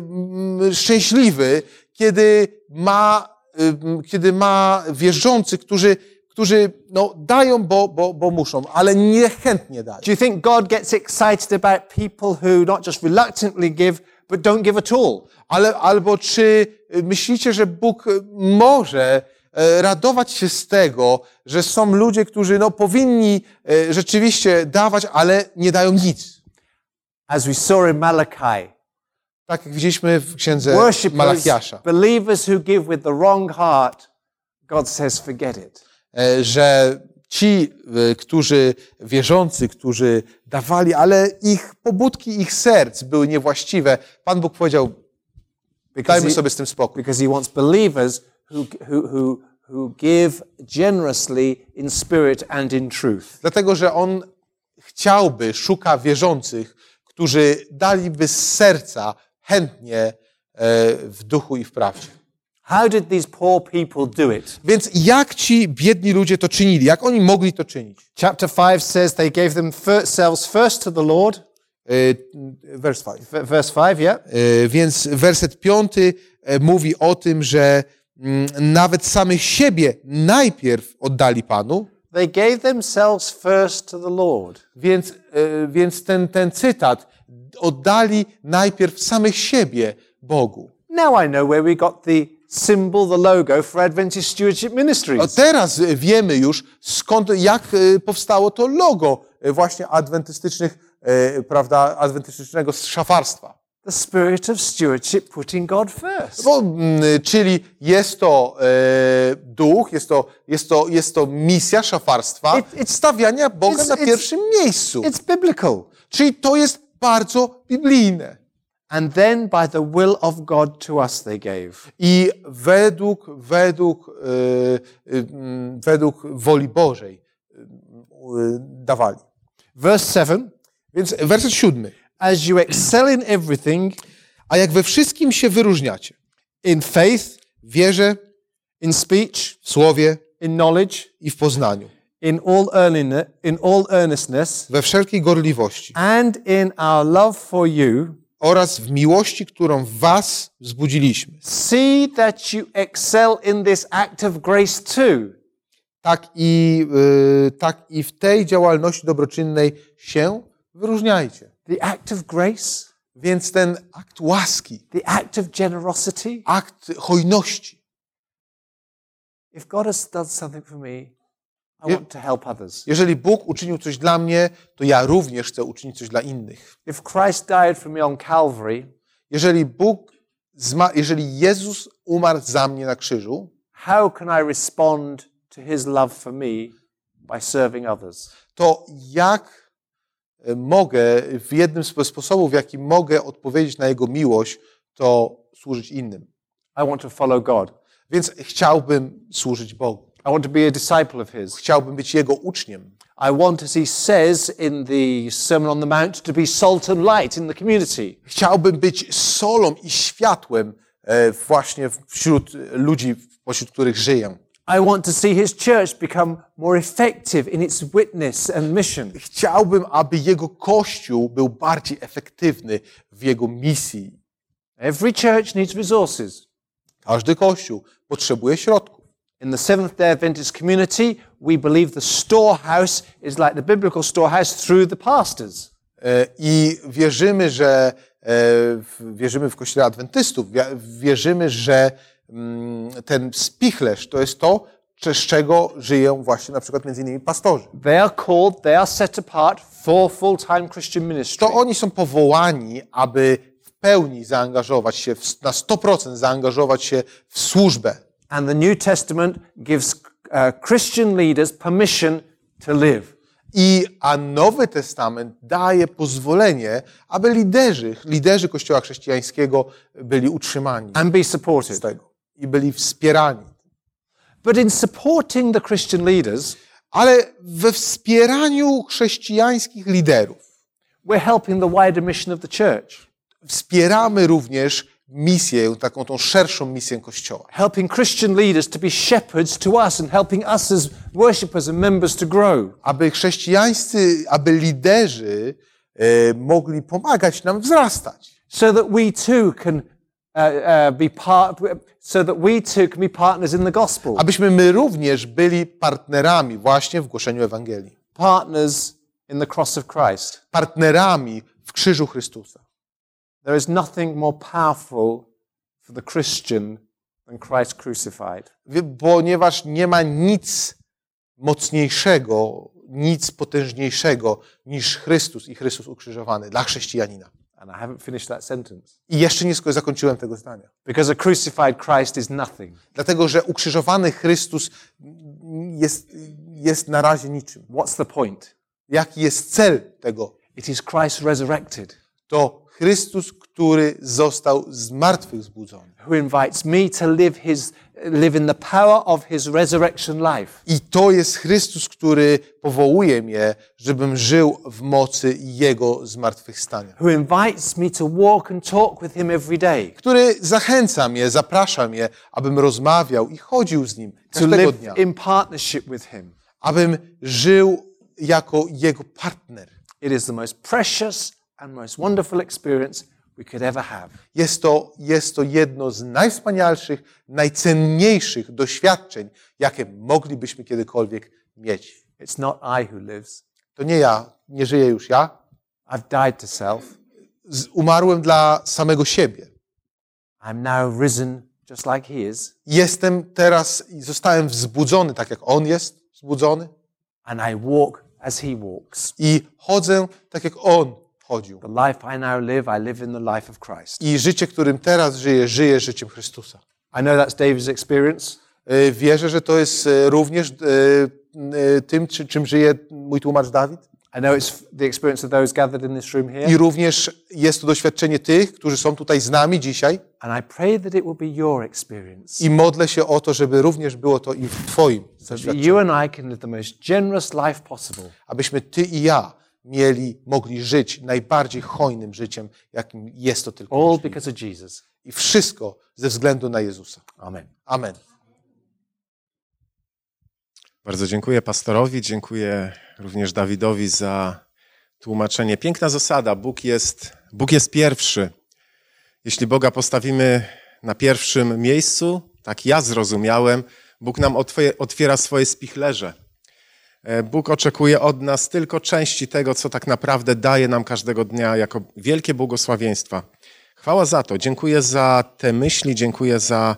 szczęśliwy, kiedy ma wierzących, którzy dają, bo muszą, ale niechętnie dają? Do you think God gets excited about people who not just reluctantly give, but don't give at all? Albo czy myślicie, że Bóg może radować się z tego, że są ludzie, którzy powinni rzeczywiście dawać, ale nie dają nic? As we saw in Malachi, Tak jak widzieliśmy w księdze worshippers, Malachiasza, believers who give with the wrong heart, God says forget it. że ci, wierzący, którzy dawali, ale ich pobudki, ich serc były niewłaściwe, Pan Bóg powiedział, dajmy sobie z tym spokój. Because he wants believers who give generously in spirit and in truth. Dlatego, że On szuka wierzących, którzy daliby z serca chętnie w duchu i w prawdzie. How did these poor people do it? Więc jak ci biedni ludzie to czynili? Jak oni mogli to czynić? Chapter 5 says they gave themselves first to the Lord. Verse 5. Verse 5, yeah. Więc werset 5 mówi o tym, że nawet samych siebie najpierw oddali Panu. They gave themselves first to the Lord. Więc ten cytat oddali najpierw samych siebie Bogu. Now I know where we got the symbol, the logo for Adventist Stewardship Ministries. Teraz wiemy już jak powstało to logo właśnie adwentystycznego szafarstwa. The spirit of stewardship putting God first. Czyli jest to duch, jest to misja szafarstwa, stawiania Boga na pierwszym miejscu. It's biblical. Czyli to jest bardzo biblijne. And then by the will of God to us they gave. I według woli Bożej dawali. Verse 7. Więc werset 7. As you excel in everything, A jak we wszystkim się wyróżniacie, in faith, w wierze, in speech, w słowie in knowledge, i w poznaniu, in all earnestness, we wszelkiej gorliwości and in our love for you, oraz w miłości, którą w was wzbudziliśmy. see that you excel in this act of grace too. Tak i w tej działalności dobroczynnej się wyróżniajcie. The act of grace, Więc ten akt łaski, the act of generosity. akt hojności. If God has done something for me, I want to help others. Jeżeli Bóg uczynił coś dla mnie, to ja również chcę uczynić coś dla innych. If Christ died for me on Calvary, Jeżeli Jezus umarł za mnie na krzyżu, how can I respond to his love for me by serving others? to jak mogę, w jednym z sposobów, w jaki mogę odpowiedzieć na Jego miłość, to służyć innym. I want to follow God. Więc chciałbym służyć Bogu. I want to be a disciple of his. Chciałbym być Jego uczniem. I want, as he says in the Sermon on the Mount, to be salt and light in the community. Chciałbym być solą i światłem właśnie wśród ludzi, pośród których żyję. I want to see his church become more effective in its witness and mission. Chciałbym, aby Jego Kościół był bardziej efektywny w Jego misji. Every church needs resources. Każdy Kościół potrzebuje środków. In the Seventh-day Adventist community, we believe the storehouse is like the biblical storehouse through the pastors. I wierzymy w Kościele Adwentystów, wierzymy, że ten spichlerz to jest to, z czego żyją właśnie na przykład między innymi pastorzy. They are called, they are set apart for full-time Christian ministry. To oni są powołani, aby w pełni zaangażować się, na 100% zaangażować się w służbę. And the New Testament gives Christian leaders permission to live. A Nowy Testament daje pozwolenie, aby liderzy Kościoła chrześcijańskiego byli utrzymani And be supported. z tego i byli wspierani. But in supporting the Christian leaders, Ale we wspieraniu chrześcijańskich liderów we're helping the wider mission of the church. wspieramy również misję, taką tą szerszą misję Kościoła. Helping Christian leaders to be shepherds to us and helping us as worshippers and members to grow. Aby liderzy mogli pomagać nam wzrastać. So that we too can be partners in the gospel. Abyśmy my również byli partnerami właśnie w głoszeniu Ewangelii. Partners in the cross of Christ. Partnerami w krzyżu Chrystusa. There is nothing more powerful for the Christian than Christ crucified. Ponieważ nie ma nic mocniejszego, nic potężniejszego niż Chrystus i Chrystus ukrzyżowany dla chrześcijanina. And I haven't finished that sentence. I jeszcze nie zakończyłem tego zdania. Because a crucified Christ is nothing. Dlatego, że ukrzyżowany Chrystus jest na razie niczym. What's the point? Jaki jest cel tego? It is Christ resurrected. To Chrystus, który został z martwych zbudzony. Who invites me to live in the power of his resurrection life. I to jest Chrystus, który powołuje mnie, żebym żył w mocy Jego zmartwychwstania. Who invites me to walk and talk with him every day. Który zachęca mnie, zaprasza mnie, abym rozmawiał i chodził z Nim To każdego live dnia. in partnership with him. Abym żył jako Jego partner. It is the most precious and most wonderful experience we could ever have. Jest to jedno z najwspanialszych, najcenniejszych doświadczeń, jakie moglibyśmy kiedykolwiek mieć. It's not I who lives. To nie ja, nie żyję już ja. I've died to self. Umarłem dla samego siebie. I'm now risen just like he is. Jestem teraz i zostałem wzbudzony, tak jak On jest wzbudzony. And I walk as he walks. I chodzę tak jak On chodził. The life I now live, I live in the life of Christ. I życie, którym teraz żyję życiem Chrystusa. I know that's David's experience. Wierzę, że to jest również tym, czym żyje mój tłumacz Dawid. I know it's the experience of those gathered in this room here. I również jest to doświadczenie tych, którzy są tutaj z nami dzisiaj. And I pray that it will be your experience. I modlę się o to, żeby również było to i w Twoim That doświadczeniu. you and I can live the most generous life possible. Abyśmy Ty i ja mogli żyć najbardziej hojnym życiem, jakim jest to tylko All możliwe. because of Jesus. I wszystko ze względu na Jezusa. Amen. Amen. Bardzo dziękuję pastorowi, dziękuję również Dawidowi za tłumaczenie. Piękna zasada, Bóg jest pierwszy. Jeśli Boga postawimy na pierwszym miejscu, tak ja zrozumiałem, Bóg nam otwiera swoje spichlerze. Bóg oczekuje od nas tylko części tego, co tak naprawdę daje nam każdego dnia jako wielkie błogosławieństwa. Chwała za to. Dziękuję za te myśli, dziękuję za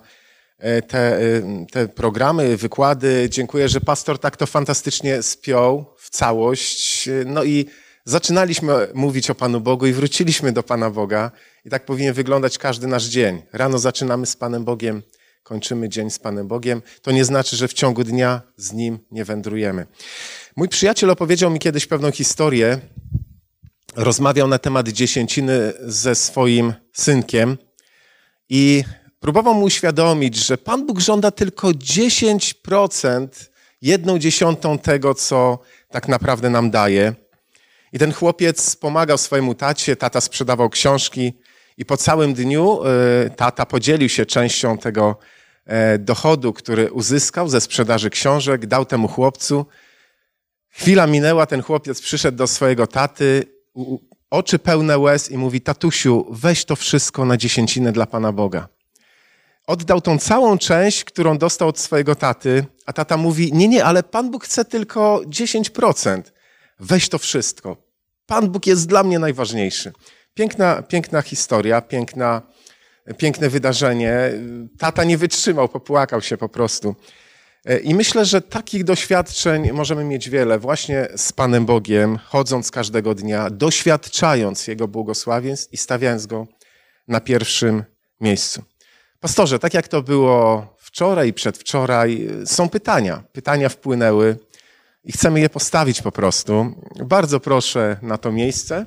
te programy, wykłady. Dziękuję, że pastor tak to fantastycznie spiął w całość. No i zaczynaliśmy mówić o Panu Bogu i wróciliśmy do Pana Boga. I tak powinien wyglądać każdy nasz dzień. Rano zaczynamy z Panem Bogiem, kończymy dzień z Panem Bogiem. To nie znaczy, że w ciągu dnia z Nim nie wędrujemy. Mój przyjaciel opowiedział mi kiedyś pewną historię. Rozmawiał na temat dziesięciny ze swoim synkiem i próbował mu uświadomić, że Pan Bóg żąda tylko 10%, 1/10 tego, co tak naprawdę nam daje. I ten chłopiec pomagał swojemu tacie, tata sprzedawał książki i po całym dniu tata podzielił się częścią tego dochodu, który uzyskał ze sprzedaży książek, dał temu chłopcu. Chwila minęła, ten chłopiec przyszedł do swojego taty, oczy pełne łez i mówi: tatusiu, weź to wszystko na dziesięcinę dla Pana Boga. Oddał tą całą część, którą dostał od swojego taty, a tata mówi: nie, ale Pan Bóg chce tylko 10%. Weź to wszystko. Pan Bóg jest dla mnie najważniejszy. Piękna historia, piękne wydarzenie. Tata nie wytrzymał, popłakał się po prostu. I myślę, że takich doświadczeń możemy mieć wiele właśnie z Panem Bogiem, chodząc każdego dnia, doświadczając Jego błogosławieństw i stawiając Go na pierwszym miejscu. Pastorze, tak jak to było wczoraj i przedwczoraj, są pytania. Pytania wpłynęły i chcemy je postawić po prostu. Bardzo proszę na to miejsce.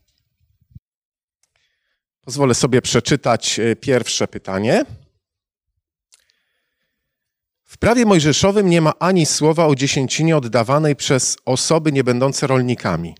Pozwolę sobie przeczytać pierwsze pytanie. W prawie mojżeszowym nie ma ani słowa o dziesięcinie oddawanej przez osoby niebędące rolnikami.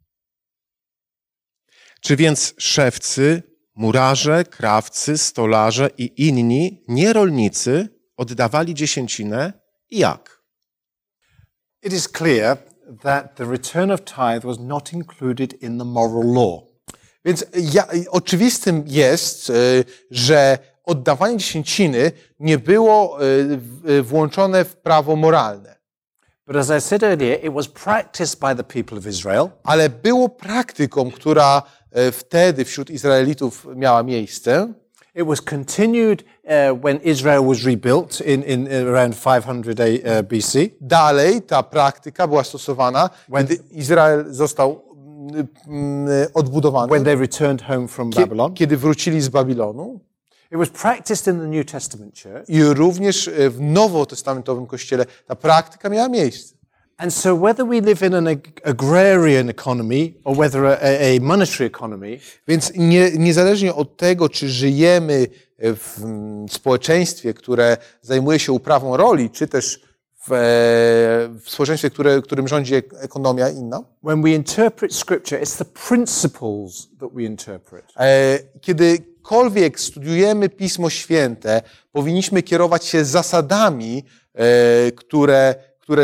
Czy więc szewcy, murarze, krawcy, stolarze i inni nierolnicy oddawali dziesięcinę i jak? It is clear that the return of tithe was not included in the moral law. Więc oczywistym jest, że oddawanie dziesięciny nie było włączone w prawo moralne. But as I said earlier, it was practiced by the people of Israel. Ale było praktyką, która wtedy wśród Izraelitów miała miejsce. It was continued when Israel was rebuilt in around 500 BC. Dalej ta praktyka była stosowana, kiedy Izrael został odbudowany. When they returned home from Babylon. Kiedy wrócili z Babilonu. It was practiced in the New Testament church. I również w nowotestamentowym kościele ta praktyka miała miejsce. And so whether we live in an agrarian economy or whether a monetary economy, więc niezależnie od tego, czy żyjemy w społeczeństwie, które zajmuje się uprawą roli, czy też w społeczeństwie, którym rządzi ekonomia inna. When we interpret scripture, it's the principles that we interpret. Kiedykolwiek studiujemy Pismo Święte, powinniśmy kierować się zasadami, które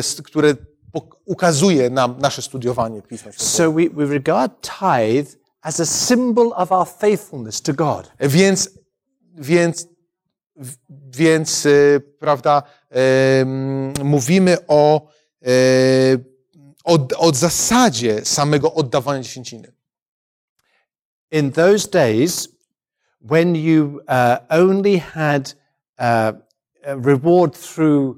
ukazuje nam nasze studiowanie Pisma Świętego. So we regard tithe as a symbol of our faithfulness to God. Więc prawda, mówimy o zasadzie samego oddawania dziesięciny. In those days, when you only had reward through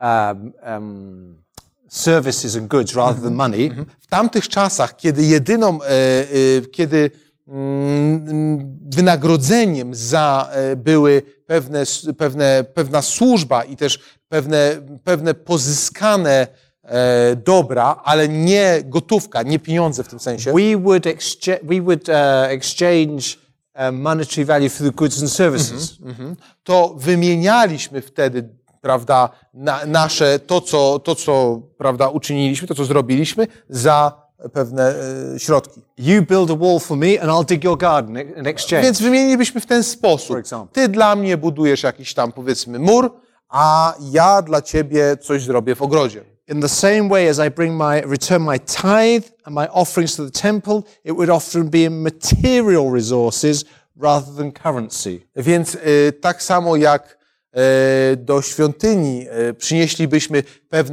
services and goods rather than money. W tamtych czasach, kiedy wynagrodzeniem były pewna służba i też pewne pozyskane dobra, ale nie gotówka, nie pieniądze w tym sensie, we would exchange monetary value for the goods and services. to wymienialiśmy wtedy, prawda, nasze, to co, prawda, uczyniliśmy, to co zrobiliśmy za pewne środki. You build a wall for me and I'll dig your garden in exchange. Więc wymienilibyśmy w ten sposób. For example. Ty dla mnie budujesz jakiś tam, powiedzmy, mur, a ja dla ciebie coś zrobię w ogrodzie. In the same way as I return my tithe and my offerings to the temple, it would often be in material resources rather than currency. Więc tak samo jak do świątyni przynieślibyśmy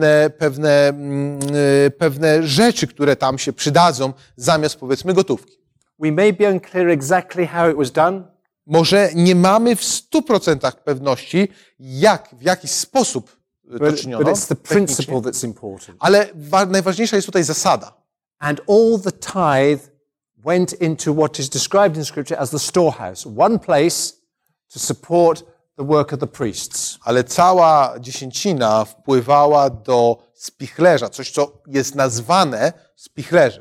pewne rzeczy, które tam się przydadzą, zamiast, powiedzmy, gotówki. We may be unclear exactly how it was done, Może nie mamy w 100% pewności, w jaki sposób to czyniono, but it's the technicznie, principle that's important. ale najważniejsza jest tutaj zasada. And all the tithe went into what is described in Scripture as the storehouse, one place to support the work of the priests. Ale cała dziesięcina wpływała do spichlerza, coś, co jest nazwane spichlerzem.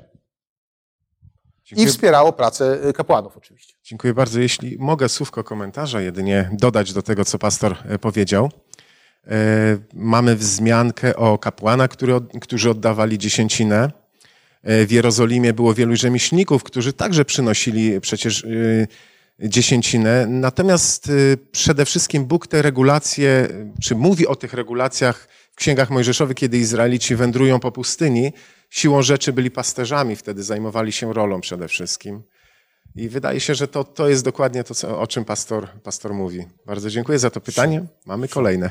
I wspierało pracę kapłanów oczywiście. Dziękuję bardzo. Jeśli mogę słówko komentarza jedynie dodać do tego, co pastor powiedział. Mamy wzmiankę o kapłanach, którzy oddawali dziesięcinę. W Jerozolimie było wielu rzemieślników, którzy także przynosili przecież dziesięcinę. Natomiast przede wszystkim Bóg te regulacje, czy mówi o tych regulacjach w księgach mojżeszowych, kiedy Izraelici wędrują po pustyni, siłą rzeczy byli pasterzami, wtedy zajmowali się rolą przede wszystkim. I wydaje się, że to jest dokładnie to, o czym pastor mówi. Bardzo dziękuję za to pytanie. Mamy kolejne.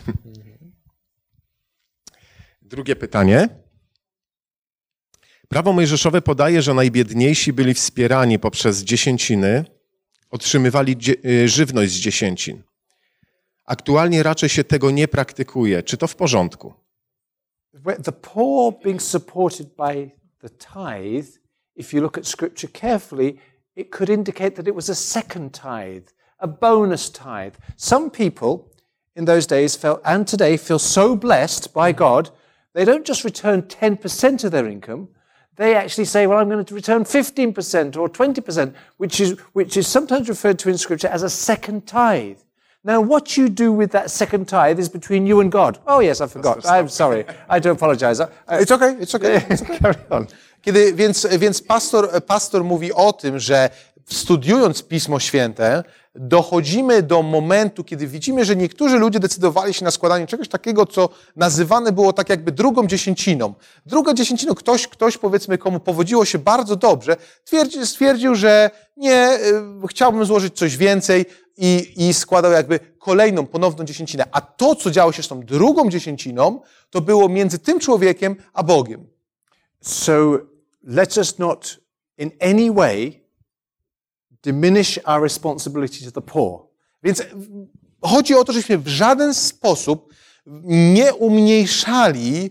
Drugie pytanie. Prawo mojżeszowe podaje, że najbiedniejsi byli wspierani poprzez dziesięciny, otrzymywali żywność z dziesięcin. Aktualnie raczej się tego nie praktykuje. Czy to w porządku? The poor being supported by the tithe, if you look at Scripture carefully, it could indicate that it was a second tithe, a bonus tithe. Some people in those days felt, and today feel so blessed by God, they don't just return 10% of their income, they actually say, well, I'm going to return 15% or 20%, which is sometimes referred to in Scripture as a second tithe. Now, what you do with that second tithe is between you and God. Oh, yes, I forgot. I'm sorry. I do apologize. It's okay, it's okay. Carry on. Więc pastor mówi o tym, że studiując Pismo Święte, dochodzimy do momentu, kiedy widzimy, że niektórzy ludzie decydowali się na składanie czegoś takiego, co nazywane było tak jakby drugą dziesięciną. Druga dziesięcina, ktoś powiedzmy, komu powodziło się bardzo dobrze, stwierdził, że nie, chciałbym złożyć coś więcej i składał jakby kolejną, ponowną dziesięcinę. A to, co działo się z tą drugą dziesięciną, to było między tym człowiekiem a Bogiem. So let us not in any way diminish our responsibility to the poor. Więc chodzi o to, żebyśmy w żaden sposób nie umniejszali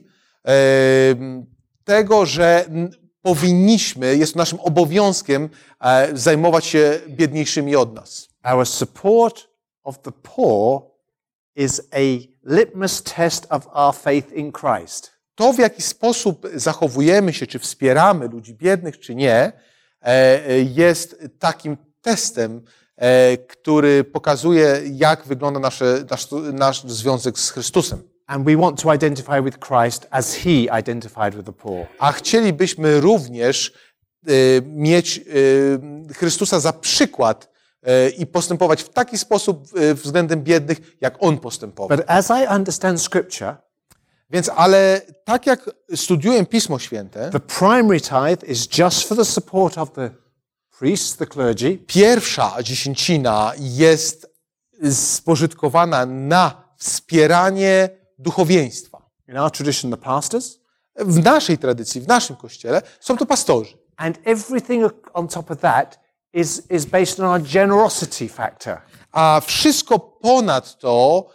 tego, że powinniśmy, jest naszym obowiązkiem zajmować się biedniejszymi od nas. Our support of the poor is a litmus test of our faith in Christ. To, w jaki sposób zachowujemy się, czy wspieramy ludzi biednych, czy nie, jest takim testem, który pokazuje, jak wygląda nasz związek z Chrystusem. And we want to identify with Christ as He identified with the poor. A chcielibyśmy również mieć Chrystusa za przykład i postępować w taki sposób względem biednych, jak On postępował. But as I understand Scripture, Więc, ale tak jak studiuję Pismo Święte, the primary tithe is just for the support of the priests, the clergy. pierwsza dziesięcina jest spożytkowana na wspieranie duchowieństwa. In our tradition, the pastors. W naszej tradycji, w naszym kościele są to pastorzy. And everything on top of that is based on our generosity factor. A wszystko ponad to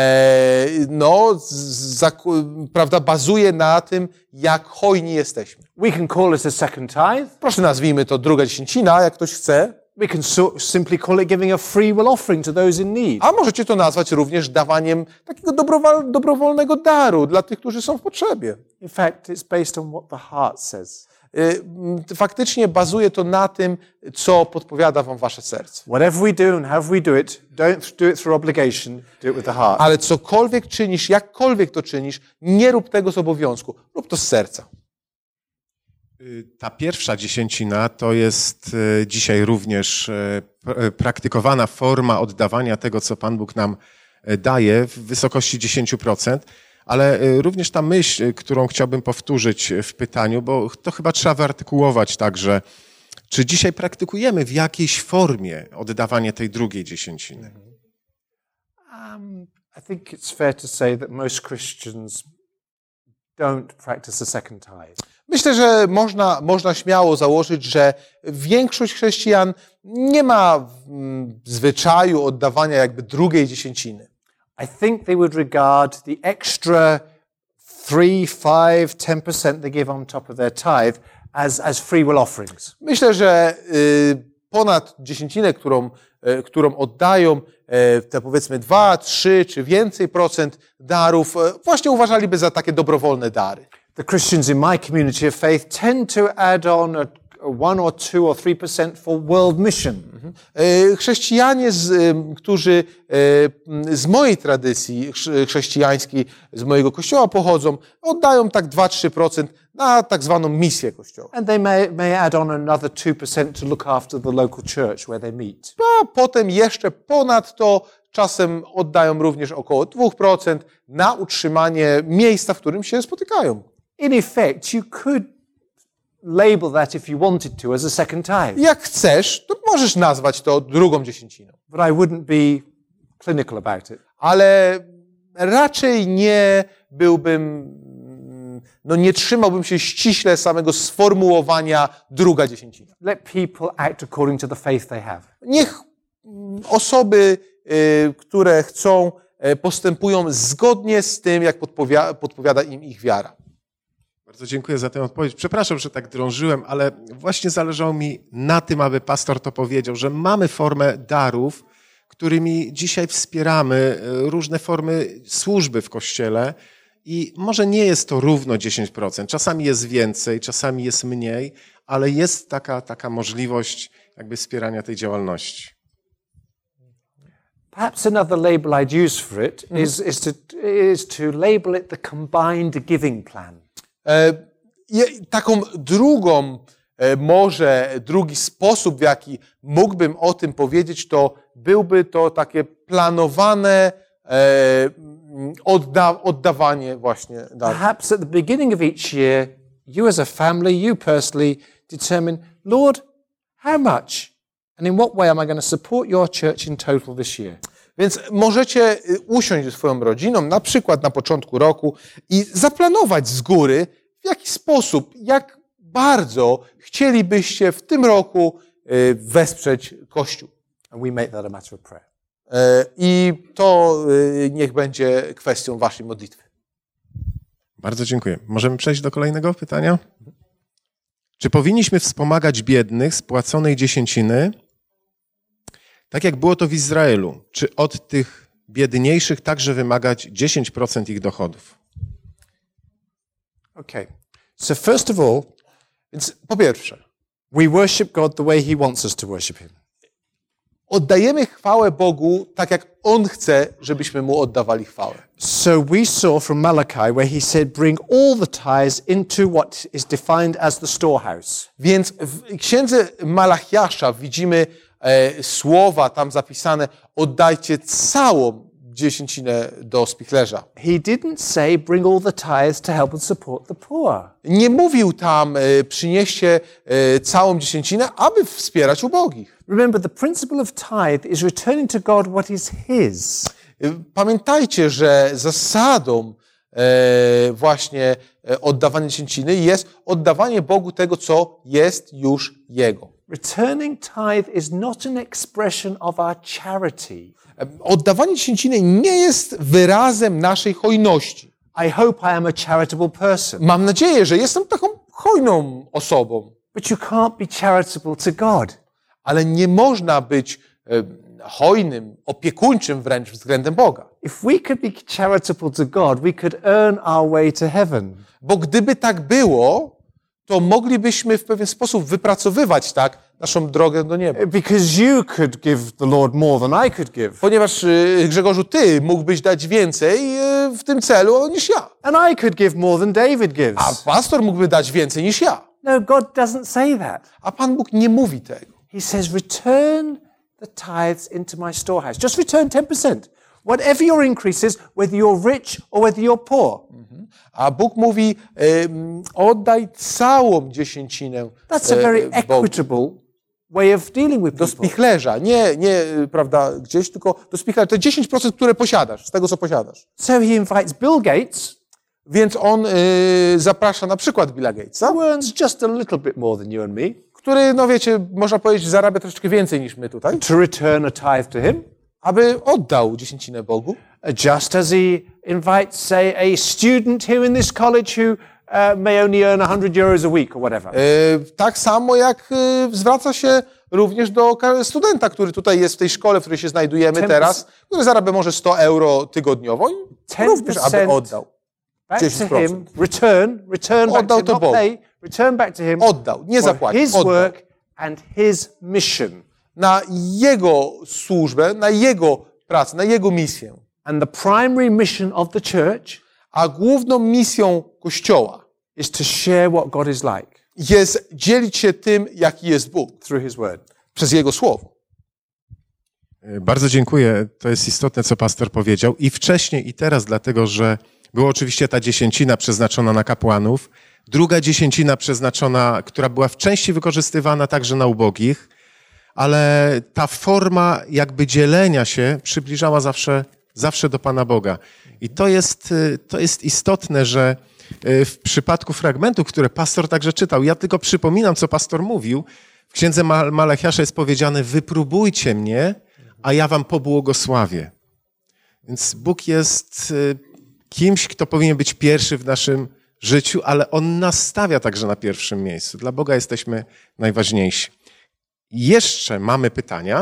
prawda, bazuje na tym, jak hojni jesteśmy. We can call it a second tithe. Proszę nazwijmy to druga dziesięcina, jak ktoś chce. We can simply call it giving a free will offering to those in need. A możecie to nazwać również dawaniem takiego dobrowolnego daru dla tych, którzy są w potrzebie. In fact, it's based on what the heart says. Faktycznie bazuje to na tym, co podpowiada wam wasze serce. Whatever we do and however we do it, don't do it through obligation, do it with the heart. Ale cokolwiek czynisz, jakkolwiek to czynisz, nie rób tego z obowiązku, rób to z serca. Ta pierwsza dziesięcina to jest dzisiaj również praktykowana forma oddawania tego, co Pan Bóg nam daje w wysokości 10%, ale również ta myśl, którą chciałbym powtórzyć w pytaniu, bo to chyba trzeba wyartykułować także, czy dzisiaj praktykujemy w jakiejś formie oddawanie tej drugiej dziesięciny? I think it's fair to say that most Christians don't practice the second tithe. Myślę, że można śmiało założyć, że większość chrześcijan nie ma zwyczaju oddawania jakby drugiej dziesięciny. I think they would regard the extra 3, 5, 10% they give on top of their tithe as free will offerings. Myślę, że ponad dziesięcinę, którą oddają, te powiedzmy 2, 3 czy więcej procent darów, właśnie uważaliby za takie dobrowolne dary. The Christians in my community of faith tend to add on a 1 or 2 or 3% for world mission. Chrześcijanie, którzy z mojej tradycji chrześcijańskiej, z mojego kościoła pochodzą, oddają tak 2-3% na tak zwaną misję kościoła. And they may add on another 2% to look after the local church where they meet. A potem jeszcze ponadto czasem oddają również około 2% na utrzymanie miejsca, w którym się spotykają. In effect, you could label that if you wanted to as a second tithe. Jak chcesz, to możesz nazwać to drugą dziesięciną. But I wouldn't be clinical about it. Ale raczej nie nie trzymałbym się ściśle samego sformułowania druga dziesięcina. Let people act according to the faith they have. Niech osoby, które chcą, postępują zgodnie z tym, jak podpowiada im ich wiara. Bardzo dziękuję za tę odpowiedź. Przepraszam, że tak drążyłem, ale właśnie zależało mi na tym, aby pastor to powiedział, że mamy formę darów, którymi dzisiaj wspieramy różne formy służby w Kościele i może nie jest to równo 10%. Czasami jest więcej, czasami jest mniej, ale jest taka możliwość jakby wspierania tej działalności. Perhaps another label I'd use for it is to label it the combined giving plan. Taką drugi sposób, w jaki mógłbym o tym powiedzieć, to byłby to takie planowane oddawanie właśnie darów. Perhaps at the beginning of each year, you as a family, you personally determine, Lord, how much and in what way am I going to support your church in total this year? Więc możecie usiąść ze swoją rodziną, na przykład na początku roku i zaplanować z góry, w jaki sposób, jak bardzo chcielibyście w tym roku wesprzeć Kościół. And we make that a matter of prayer. I to niech będzie kwestią waszej modlitwy. Bardzo dziękuję. Możemy przejść do kolejnego pytania? Czy powinniśmy wspomagać biednych z płaconej dziesięciny, tak jak było to w Izraelu? Czy od tych biedniejszych także wymagać 10% ich dochodów? Okay. So first of all, Więc po pierwsze, we worship God the way He wants us to worship Him. oddajemy chwałę Bogu tak, jak On chce, żebyśmy Mu oddawali chwałę. So we saw from Malachi where He said, bring all the tithes into what is defined as the storehouse. Więc w księdze Malachiasza widzimy słowa tam zapisane, oddajcie całą dziesięcinę do spichlerza. He didn't say, bring all the tithes to help and support the poor. Nie mówił tam, przynieście całą dziesięcinę, aby wspierać ubogich. Remember, the principle of tithe is returning to God what is His. Pamiętajcie, że zasadą właśnie oddawania dziesięciny jest oddawanie Bogu tego, co jest już Jego. Returning tithe is not an expression of our charity. Oddawanie dziesięciny nie jest wyrazem naszej hojności. I hope I am a charitable person. Mam nadzieję, że jestem taką hojną osobą. But you can't be charitable to God. Ale nie można być hojnym, opiekuńczym wręcz względem Boga. If we could be charitable to God, we could earn our way to heaven. Bo gdyby tak było, to moglibyśmy w pewien sposób wypracowywać tak naszą drogę do nieba. Because you could give the Lord more than I could give. Ponieważ, Grzegorzu, ty mógłbyś dać więcej w tym celu niż ja. And I could give more than David gives. A pastor mógłby dać więcej niż ja. No, God doesn't say that. A Pan Bóg nie mówi tego. He says, return the tithes into my storehouse. Just return 10%. Whatever your increase is, whether you're rich or whether you're poor. A Bóg mówi, oddaj całą dziesięcinę That's a very Bogu. equitable way of dealing with Do people. spichlerza, nie, prawda, gdzieś, tylko do spichlerza. To 10%, które posiadasz, z tego, co posiadasz. So he invites Bill Gates, Więc on zaprasza na przykład Billa Gatesa, who earns just a little bit more than you and me, który, no wiecie, można powiedzieć, zarabia troszeczkę więcej niż my tutaj, to return a tithe to him. aby oddał dziesięcinę Bogu. Just as he invites, say, a student here in this college who may only earn €100 a week or whatever. Tak samo jak zwraca się również do studenta, który tutaj jest w tej szkole, w której się znajdujemy 10%. teraz, który zarabia może 100 euro tygodniowo i również, aby 10% oddał. Back to 10%. him, return back Oddał to to him, not Bogu. pay, return back to him Oddał, nie for zapłacił, his oddał. work and his mission. Na jego służbę, na jego pracę, na jego misję. And the primary mission of the church A główną misją Kościoła is to share what God is like jest dzielić się tym, jaki jest Bóg, through his word. przez Jego Słowo. Bardzo dziękuję. To jest istotne, co pastor powiedział. I wcześniej, i teraz, dlatego że była oczywiście ta dziesięcina przeznaczona na kapłanów, druga dziesięcina przeznaczona, która była w części wykorzystywana także na ubogich, ale ta forma jakby dzielenia się przybliżała zawsze do Pana Boga. I to jest istotne, że w przypadku fragmentów, które pastor także czytał, ja tylko przypominam, co pastor mówił, w księdze Malachiasza jest powiedziane: wypróbujcie mnie, a ja wam pobłogosławię. Więc Bóg jest kimś, kto powinien być pierwszy w naszym życiu, ale On nas stawia także na pierwszym miejscu. Dla Boga jesteśmy najważniejsi. Jeszcze mamy pytania.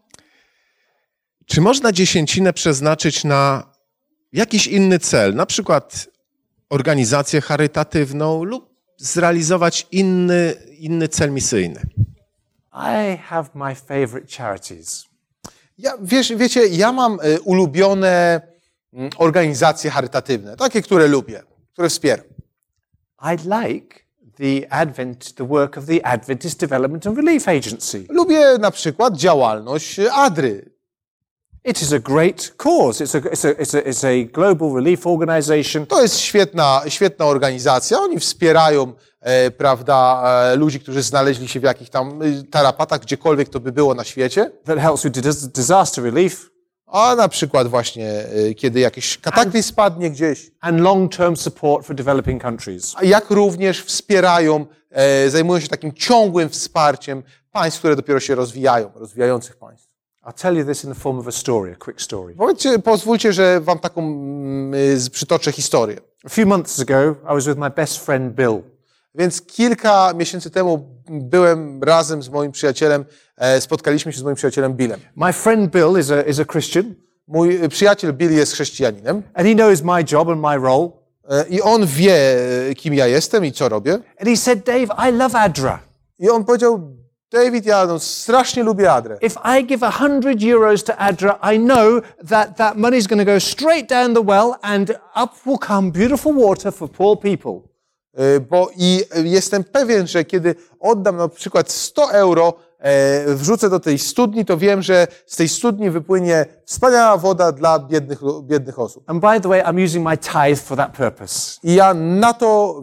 Czy można dziesięcinę przeznaczyć na jakiś inny cel, na przykład organizację charytatywną lub zrealizować inny cel misyjny? I have my favorite charities. Wiecie, ja mam ulubione organizacje charytatywne, takie, które lubię, które wspieram. I like the work of the Adventist Development and Relief Agency. Lubię na przykład działalność Adry. It is a great cause. It's a global relief organization. To jest świetna organizacja. Oni wspierają, prawda, ludzi, którzy znaleźli się w jakichś tam tarapatach, gdziekolwiek to by było na świecie. That helps with disaster relief A na przykład właśnie, kiedy jakiś kataklizm spadnie gdzieś. and long-term support for developing countries. Jak również wspierają, zajmują się takim ciągłym wsparciem państw, które dopiero się rozwijających państw. I'll tell you this in the form of a story, a quick story. Pozwólcie, że wam taką przytoczę historię. A few months ago, I was with my best friend Bill. Więc kilka miesięcy temu byłem razem z moim przyjacielem, spotkaliśmy się z moim przyjacielem Billem. My friend Bill is a Christian, Mój przyjaciel Bill jest chrześcijaninem and he knows my job and my role. i on wie, kim ja jestem i co robię. And he said, Dave, I love ADRA. I on powiedział: David, ja strasznie lubię Adrę. If I give €100 to ADRA, I know that money is going to go straight down the well and up will come beautiful water for poor people. I jestem pewien, że kiedy oddam na przykład 100 euro, wrzucę do tej studni, to wiem, że z tej studni wypłynie wspaniała woda dla biednych osób. And by the way, I'm using my tithe for that purpose. I ja na to,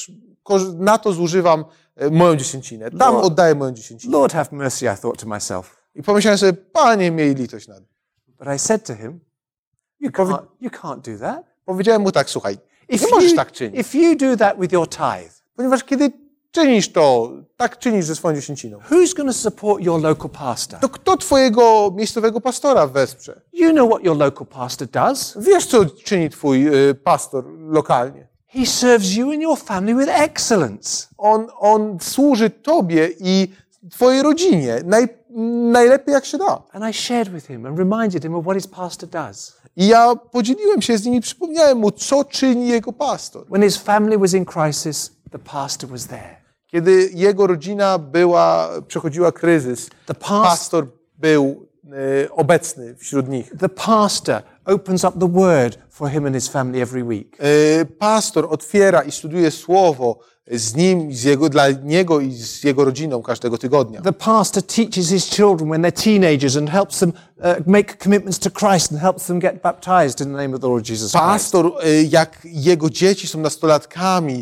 na to zużywam moją dziesięcinę. Tam oddaję moją dziesięcinę. Lord have mercy, I thought to myself. I pomyślałem sobie: Panie, miej litość nad nim. But I said to him, you can't do that. Powiedziałem mu tak: słuchaj, nie możesz tak czynić. If you do that with your tithe, Ponieważ kiedy czynisz to, tak czynisz ze swoją dziesięciną, who's going to support your local pastor? to kto twojego miejscowego pastora wesprze? You know what your local pastor does. Wiesz, co czyni twój pastor lokalnie. He serves you and your family with excellence. On służy tobie i twojej rodzinie, najlepiej jak się da. And I shared with him and reminded him of what his pastor does. I ja podzieliłem się z nim i przypomniałem mu, co czyni jego pastor. When his family was in crisis, the pastor was there. Kiedy jego rodzina przechodziła kryzys, pastor był obecny wśród nich. The pastor opens up the word for him and his family every week. Pastor otwiera i studiuje słowo z nim, dla niego i z jego rodziną każdego tygodnia. The pastor teaches his children when they're teenagers and helps them make commitments to Christ and helps them get baptized in the name of the Lord Jesus Christ. Pastor, jak jego dzieci są nastolatkami,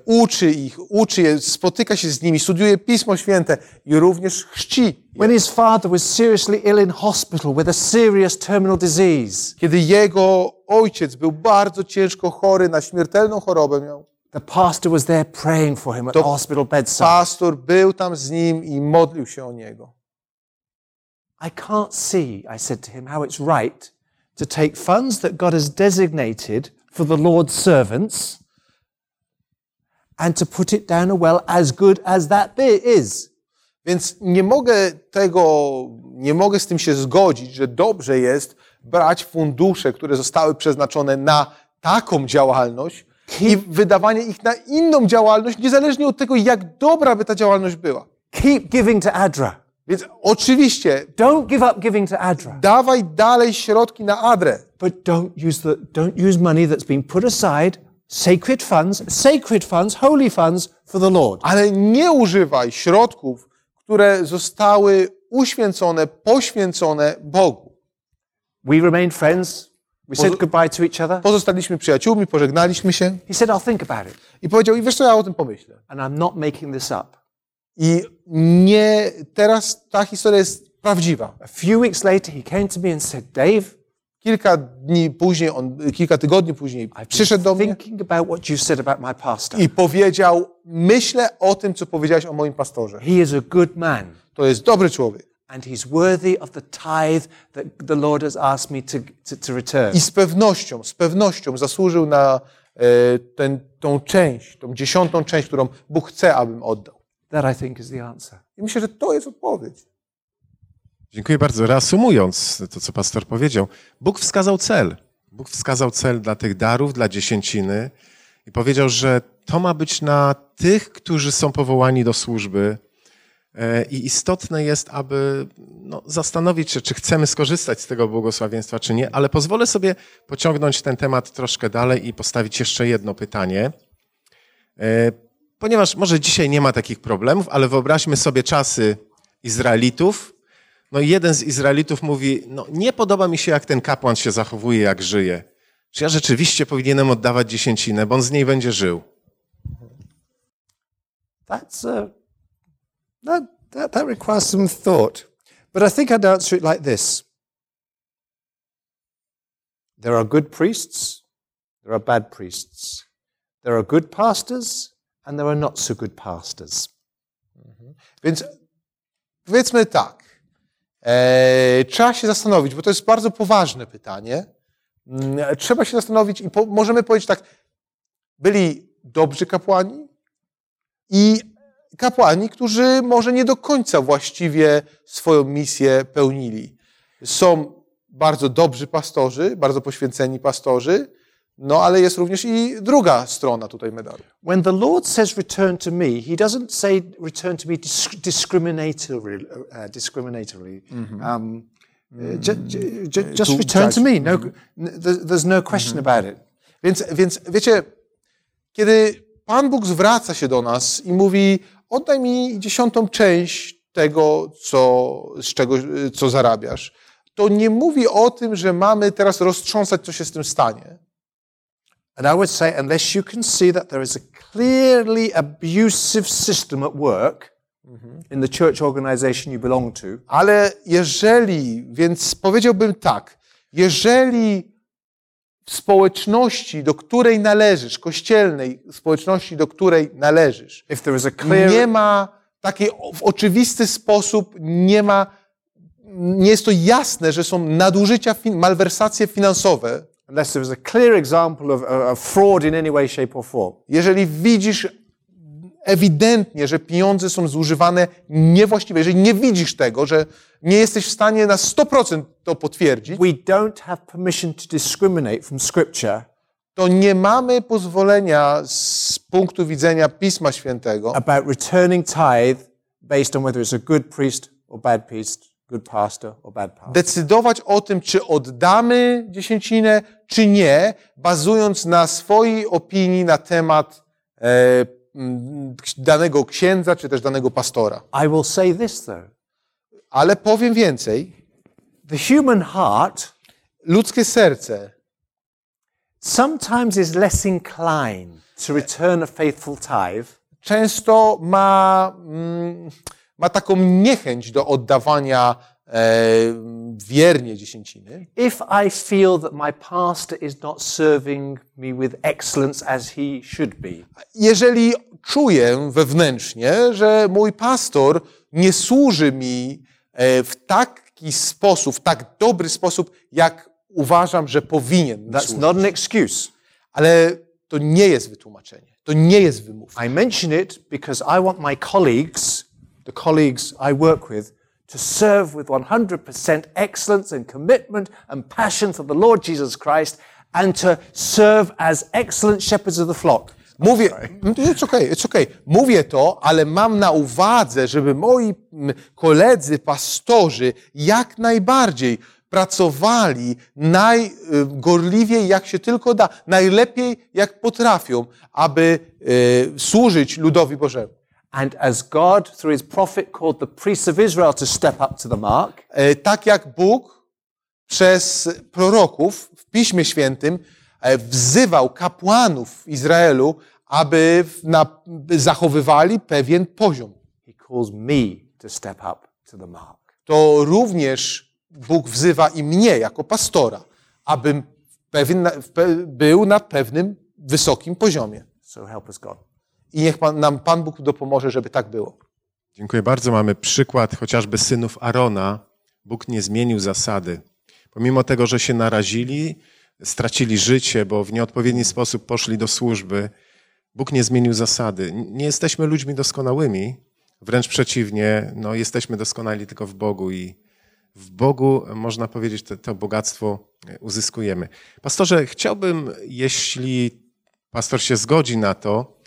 uczy je, spotyka się z nimi, studiuje Pismo Święte i również chrzci. When his father was seriously ill in hospital with a serious terminal disease, Kiedy jego ojciec był bardzo ciężko chory, na śmiertelną chorobę miał, the pastor was there praying for him at the hospital bedside. pastor był tam z nim i modlił się o niego. I can't see, I said to him, how it's right to take funds that God has designated for the Lord's servants and to put it down a well as good as that is. Więc nie mogę z tym się zgodzić, że dobrze jest brać fundusze, które zostały przeznaczone na taką działalność i wydawanie ich na inną działalność, niezależnie od tego, jak dobra by ta działalność była. Keep giving to ADRA. Więc oczywiście Don't give up giving to ADRA. dawaj dalej środki na Adrę, But don't use money that's been put aside, sacred funds, holy funds for the Lord. ale nie używaj środków, które zostały uświęcone, poświęcone Bogu. We remained friends. We said goodbye to each other. Pozostaliśmy przyjaciółmi, pożegnaliśmy się He said, I'll think about it. i powiedział, i wiesz co, ja o tym pomyślę. And I'm not making this up. I teraz ta historia jest prawdziwa. A few weeks later, he came to me and said, Dave, Kilka tygodni później przyszedł do mnie thinking about what you said about my pastor. i powiedział, myślę o tym, co powiedziałeś o moim pastorze. He is a good man. To jest dobry człowiek. And he's worthy of the tithe that the Lord has asked me to return. I z pewnością zasłużył na tą część, tą 10. część, którą Bóg chce, abym oddał. That I think is the answer. I myślę, że to jest odpowiedź. Dziękuję bardzo. Reasumując to, co pastor powiedział, Bóg wskazał cel. Bóg wskazał cel dla tych darów, dla dziesięciny i powiedział, że to ma być na tych, którzy są powołani do służby. I istotne jest, aby zastanowić się, czy chcemy skorzystać z tego błogosławieństwa, czy nie, ale pozwolę sobie pociągnąć ten temat troszkę dalej i postawić jeszcze jedno pytanie. Ponieważ może dzisiaj nie ma takich problemów, ale wyobraźmy sobie czasy Izraelitów. No i jeden z Izraelitów mówi, nie podoba mi się, jak ten kapłan się zachowuje, jak żyje. Czy ja rzeczywiście powinienem oddawać dziesięcinę, bo on z niej będzie żył? That requires some thought. But I think I'd answer it like this. There are good priests, there are bad priests. There are good pastors and there are not so good pastors. Więc powiedzmy tak. Trzeba się zastanowić, bo to jest bardzo poważne pytanie. Trzeba się zastanowić i możemy powiedzieć tak, byli dobrzy kapłani i kapłani, którzy może nie do końca właściwie swoją misję pełnili. Są bardzo dobrzy pastorzy, bardzo poświęceni pastorzy, ale jest również i druga strona tutaj medalu. When the Lord says return to me, he doesn't say return to me discriminatorily. Just return to me. No, there's no question about it. Więc wiecie, kiedy Pan Bóg zwraca się do nas i mówi, oddaj mi 10. część tego, co zarabiasz, to nie mówi o tym, że mamy teraz roztrząsać, co się z tym stanie. And I would say, unless you can see that there is a clearly abusive system at work in the church organization you belong to. Ale więc powiedziałbym tak, jeżeli w społeczności, do której należysz, kościelnej społeczności, do której należysz, nie ma takiej w oczywisty sposób, nie jest to jasne, że są nadużycia, malwersacje finansowe. Unless there is a clear example of fraud in any way, shape or form. Jeżeli widzisz ewidentnie, że pieniądze są zużywane niewłaściwie, jeżeli nie widzisz tego, że nie jesteś w stanie na 100% to potwierdzić, we don't have permission to discriminate from Scripture to nie mamy pozwolenia z punktu widzenia Pisma Świętego about returning tithe based on whether it's a good priest or bad priest, good pastor or bad pastor. decydować o tym, czy oddamy dziesięcinę, czy nie, bazując na swojej opinii na temat danego księdza, czy też danego pastora. I will say this though. Ale powiem więcej, The human heart ludzkie serce sometimes is less inclined to return a faithful tithe często ma taką niechęć do oddawania wiernie dziesięciny. if I feel that my pastor is not serving me with excellence as he should be. Jeżeli czuję wewnętrznie, że mój pastor nie służy mi w taki sposób, w tak dobry sposób, jak uważam, że powinien mi That's służyć. not an excuse. Ale to nie jest wytłumaczenie. To nie jest wymów. I mention it because I want my colleagues, the colleagues I work with, to serve with 100% excellence and commitment and passion for the Lord Jesus Christ and to serve as excellent shepherds of the flock. Mówię, it's okay. Mówię to, ale mam na uwadze, żeby moi koledzy, pastorzy jak najbardziej pracowali najgorliwiej jak się tylko da, najlepiej jak potrafią, aby służyć ludowi Bożemu. And as God, through his prophet, called the priests of Israel to step up to the mark, Tak jak Bóg przez proroków w Piśmie Świętym wzywał kapłanów Izraelu, aby zachowywali pewien poziom. he calls me to step up to the mark. To również Bóg wzywa i mnie jako pastora, abym był na pewnym wysokim poziomie. So help us God. I niech nam Pan Bóg dopomoże, żeby tak było. Dziękuję bardzo. Mamy przykład chociażby synów Arona. Bóg nie zmienił zasady. Pomimo tego, że się narazili, stracili życie, bo w nieodpowiedni sposób poszli do służby, Bóg nie zmienił zasady. Nie jesteśmy ludźmi doskonałymi, wręcz przeciwnie, jesteśmy doskonali tylko w Bogu i w Bogu, można powiedzieć, to bogactwo uzyskujemy. Pastorze, chciałbym, jeśli pastor się zgodzi na to,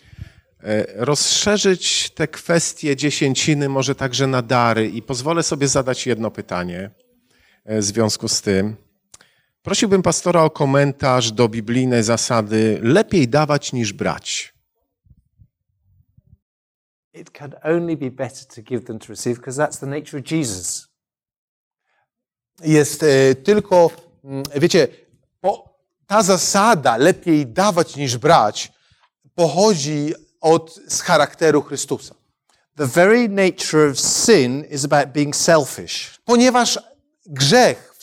rozszerzyć te kwestie dziesięciny może także na dary i pozwolę sobie zadać jedno pytanie w związku z tym. Prosiłbym pastora o komentarz do biblijnej zasady lepiej dawać niż brać. It can only be better to give than to receive because that's the nature of Jesus. Jest tylko, wiecie, ta zasada lepiej dawać niż brać pochodzi z charakteru Chrystusa. The very nature of sin is about being selfish. Ponieważ grzech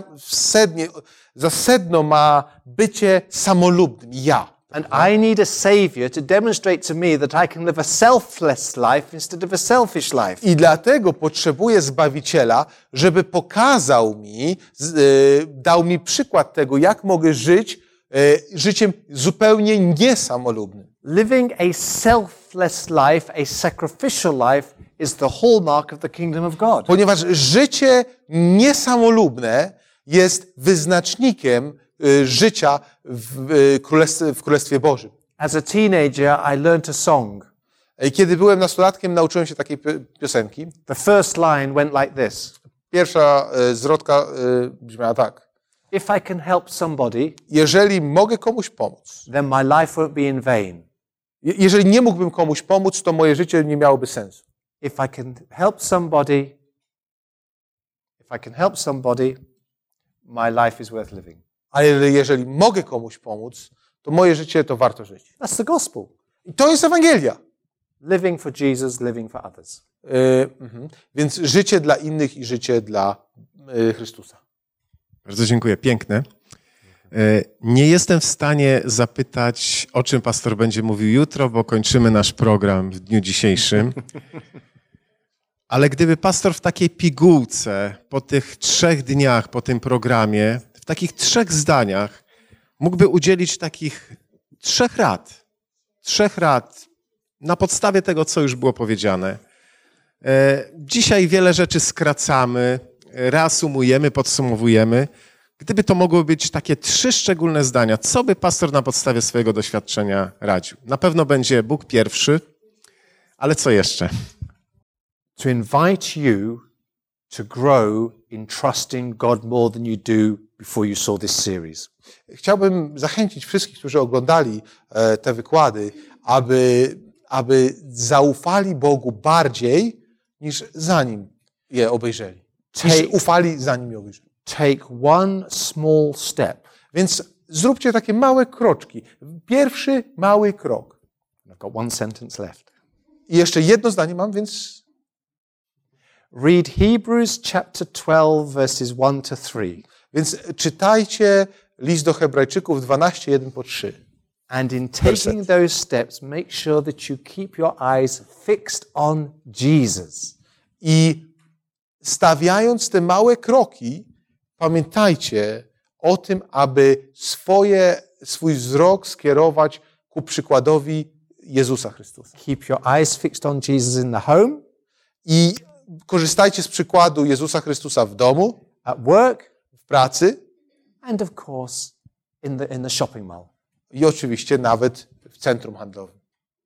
za sedno ma bycie samolubnym, ja. And I need a savior to demonstrate to me that I can live a selfless life instead of a selfish life. I dlatego potrzebuję Zbawiciela, żeby pokazał mi, dał mi przykład tego, jak mogę żyć życiem zupełnie niesamolubnym. Living a selfless life, a sacrificial life, is the hallmark of the kingdom of God. Ponieważ życie niesamolubne jest wyznacznikiem życia w Królestwie Bożym. As a teenager, I learned a song. Kiedy byłem nastolatkiem, nauczyłem się takiej piosenki. The first line went like this. Pierwsza zwrotka brzmiała tak. If I can help somebody, Jeżeli mogę komuś pomóc, then my life won't be in vain. jeżeli nie mógłbym komuś pomóc, to moje życie nie miałoby sensu. If I can help somebody, my life is worth living. Ale jeżeli mogę komuś pomóc, to moje życie to warto żyć. That's the gospel. I to jest Ewangelia. Living for Jesus, living for others. Więc życie dla innych i życie dla Chrystusa. Bardzo dziękuję. Piękne. Nie jestem w stanie zapytać, o czym pastor będzie mówił jutro, bo kończymy nasz program w dniu dzisiejszym. Ale gdyby pastor w takiej pigułce po tych 3 dniach, po tym programie, w takich 3 zdaniach mógłby udzielić takich 3 rad. 3 rad na podstawie tego, co już było powiedziane. Dzisiaj wiele rzeczy skracamy, reasumujemy, podsumowujemy. Gdyby to mogły być takie 3 szczególne zdania, co by pastor na podstawie swojego doświadczenia radził? Na pewno będzie Bóg pierwszy, ale co jeszcze? To invite you to grow in trusting God more than you do before you saw this series. Chciałbym zachęcić wszystkich, którzy oglądali te wykłady, aby zaufali Bogu bardziej niż zanim je obejrzeli. Niż ufali zanim je obejrzeli. Take one small step. Więc zróbcie takie małe kroczki. Pierwszy mały krok. I've got one sentence left. I jeszcze jedno zdanie mam, więc Read Hebrews chapter 12 verses 1 to 3. Więc czytajcie list do Hebrajczyków 12, 1-3. And in taking those steps, make sure that you keep your eyes fixed on Jesus. I stawiając te małe kroki, pamiętajcie o tym, aby swój wzrok skierować ku przykładowi Jezusa Chrystusa. Keep your eyes fixed on Jesus in the home, I korzystajcie z przykładu Jezusa Chrystusa w domu, at work, w pracy and of course in the shopping mall. i oczywiście nawet w centrum handlowym.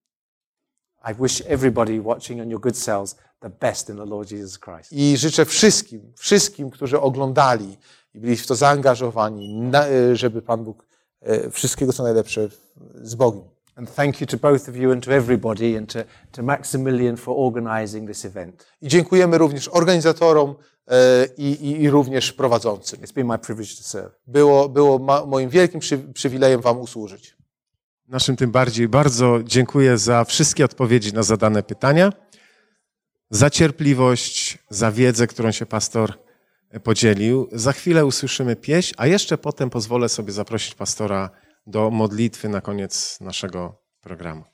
I wish everybody watching on your good selves the best in the Lord Jesus Christ. I życzę wszystkim, którzy oglądali i byli w to zaangażowani, żeby Pan Bóg wszystkiego co najlepsze z Bogiem. And thank you to both of you and to everybody and to Maximilian for organizing this event. I dziękujemy również organizatorom i również prowadzącym. It's been my privilege to serve. Było moim wielkim przywilejem Wam usłużyć. Naszym tym bardziej bardzo dziękuję za wszystkie odpowiedzi na zadane pytania, za cierpliwość, za wiedzę, którą się pastor podzielił. Za chwilę usłyszymy pieśń, a jeszcze potem pozwolę sobie zaprosić pastora do modlitwy na koniec naszego programu.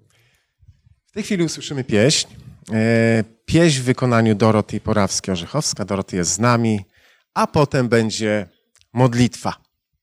W tej chwili usłyszymy pieśń. Pieśń w wykonaniu Doroty Porawskiej-Orzechowska. Doroty jest z nami, a potem będzie modlitwa.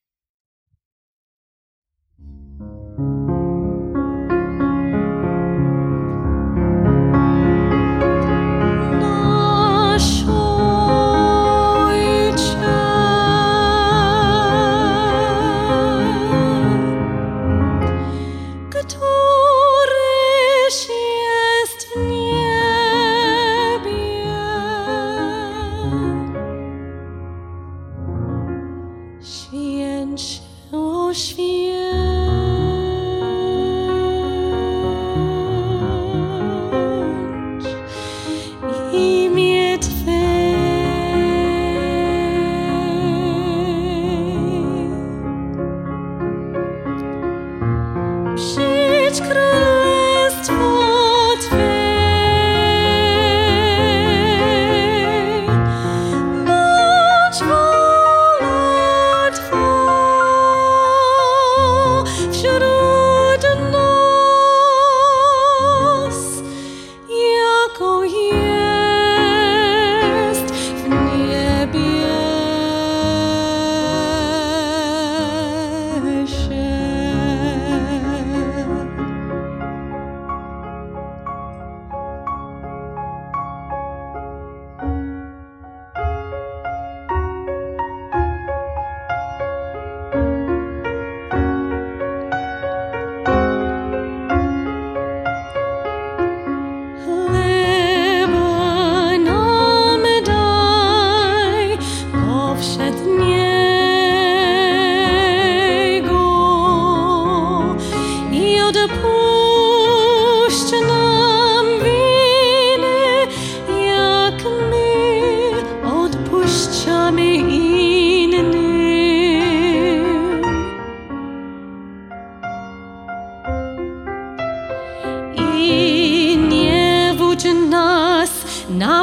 na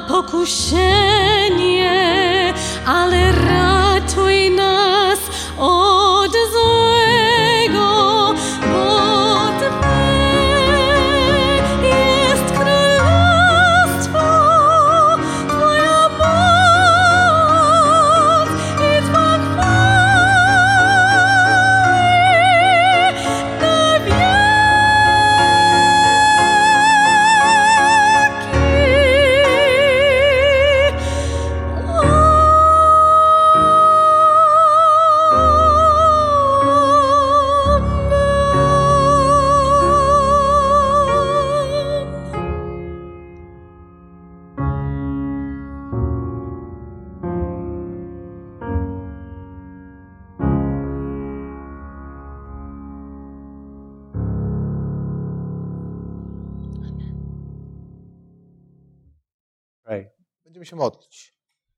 pokuszenie, ale ratuj nas od złego, bo Twe jest królestwo, Twoja moc i Twa chwała na wieki. Będziemy się modlić.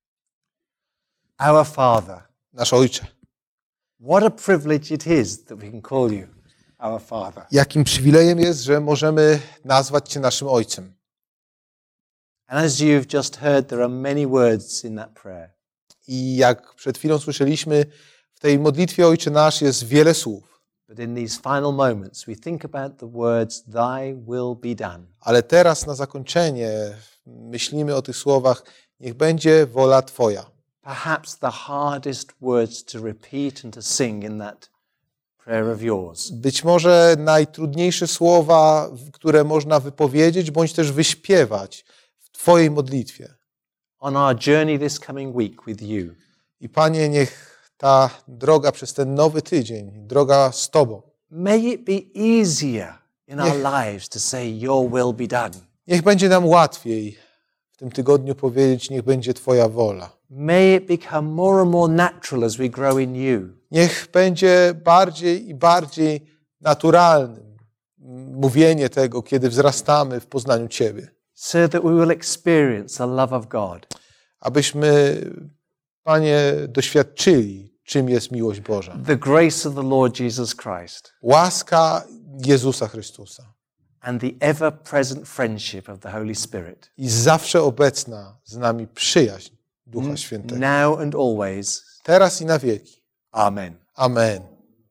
Our Father. Nasz Ojcze, What a privilege it is that we can call you our Father. jakim przywilejem jest, że możemy nazwać Cię naszym Ojcem. And as you've just heard, there are many words in that prayer. I jak przed chwilą słyszeliśmy, w tej modlitwie Ojcze Nasz jest wiele słów. But in these final moments, we think about the words, Thy will be done. Ale teraz na zakończenie myślimy o tych słowach, niech będzie wola Twoja. Perhaps the hardest words to repeat and to sing in that prayer of yours. Być może najtrudniejsze słowa, które można wypowiedzieć, bądź też wyśpiewać w Twojej modlitwie. On our journey this coming week with you, I Panie, niech ta droga przez ten nowy tydzień, droga z Tobą, may it be easier in our lives to say, Your will be done. niech będzie nam łatwiej w tym tygodniu powiedzieć, niech będzie Twoja wola. May it become more and more natural as we grow in you. Niech będzie bardziej i bardziej naturalnym mówienie tego, kiedy wzrastamy w poznaniu Ciebie. So that we will experience the love of God. Abyśmy, Panie, doświadczyli, czym jest miłość Boża. The grace of the Lord Jesus Christ. Łaska Jezusa Chrystusa. And the ever-present friendship of the Holy Spirit. I zawsze obecna z nami przyjaźń Ducha Świętego. Now and always. Teraz i na wieki. Amen. Amen.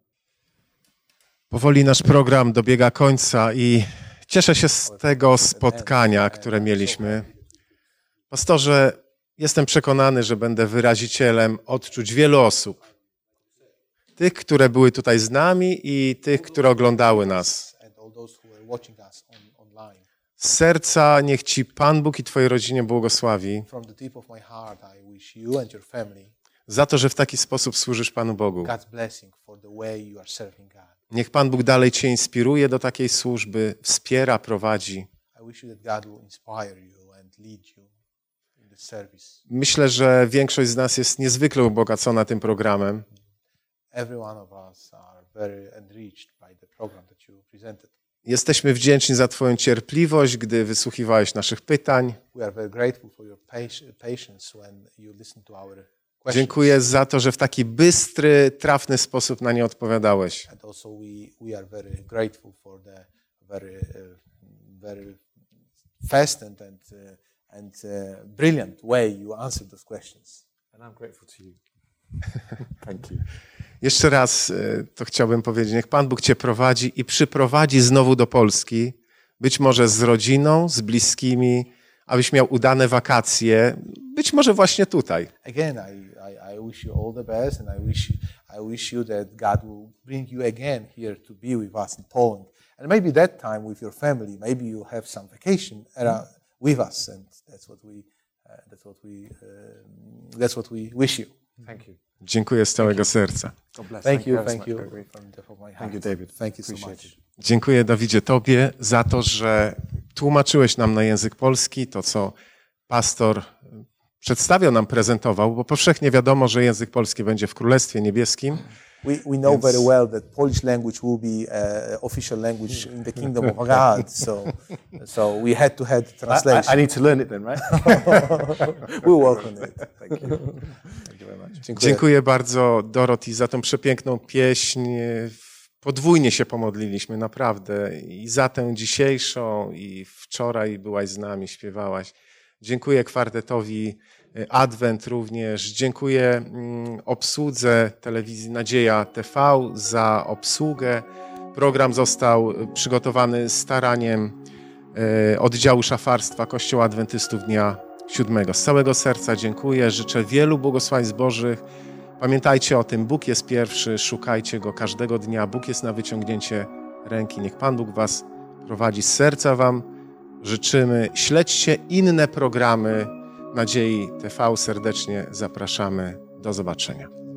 Powoli nasz program dobiega końca i cieszę się z tego spotkania, które mieliśmy. Pastorze, jestem przekonany, że będę wyrazicielem odczuć wielu osób. Tych, które były tutaj z nami i tych, które oglądały nas. Z serca niech Ci Pan Bóg i Twojej rodzinie błogosławi za to, że w taki sposób służysz Panu Bogu. Niech Pan Bóg dalej Cię inspiruje do takiej służby, wspiera, prowadzi. Myślę, że większość z nas jest niezwykle ubogacona tym programem. Jesteśmy wdzięczni za Twoją cierpliwość, gdy wysłuchiwałeś naszych pytań. Dziękuję za to, że w taki bystry, trafny sposób na nie odpowiadałeś. Brilliant way you answered those questions. And I'm grateful to you. Thank you. Jeszcze raz to chciałbym powiedzieć, niech Pan Bóg Cię prowadzi i przyprowadzi znowu do Polski, być może z rodziną, z bliskimi, abyś miał udane wakacje, być może właśnie tutaj. Again, I wish you all the best, and I wish you that God will bring you again here to be with us in Poland, and maybe that time with your family, maybe you'll have some vacation with us, and that's what we wish you. Thank you. Dziękuję z całego serca. God bless. Thank you very from the much. top of my heart. Thank you, David. Thank you so Appreciate much. it. Dziękuję, Dawidzie, Tobie za to, że tłumaczyłeś nam na język polski to, co pastor przedstawiał nam, prezentował, bo powszechnie wiadomo, że język polski będzie w Królestwie Niebieskim. We know very well that Polish language will be official language in the kingdom of God. So we had to have translation. I need to learn it then, right? We'll work on it. Thank you. Thank you very much. Dziękuję bardzo, Dorothy, za tą przepiękną pieśń. Podwójnie się pomodliliśmy, naprawdę. I za tę dzisiejszą, i wczoraj byłaś z nami, śpiewałaś. Dziękuję kwartetowi Advent również. Dziękuję obsłudze telewizji Nadzieja TV za obsługę. Program został przygotowany staraniem oddziału szafarstwa Kościoła Adwentystów Dnia Siódmego. Z całego serca dziękuję. Życzę wielu błogosławieństw Bożych. Pamiętajcie o tym, Bóg jest pierwszy, szukajcie Go każdego dnia. Bóg jest na wyciągnięcie ręki. Niech Pan Bóg was prowadzi. Z serca wam życzymy. Śledźcie inne programy Nadziei TV. Serdecznie zapraszamy. Do zobaczenia.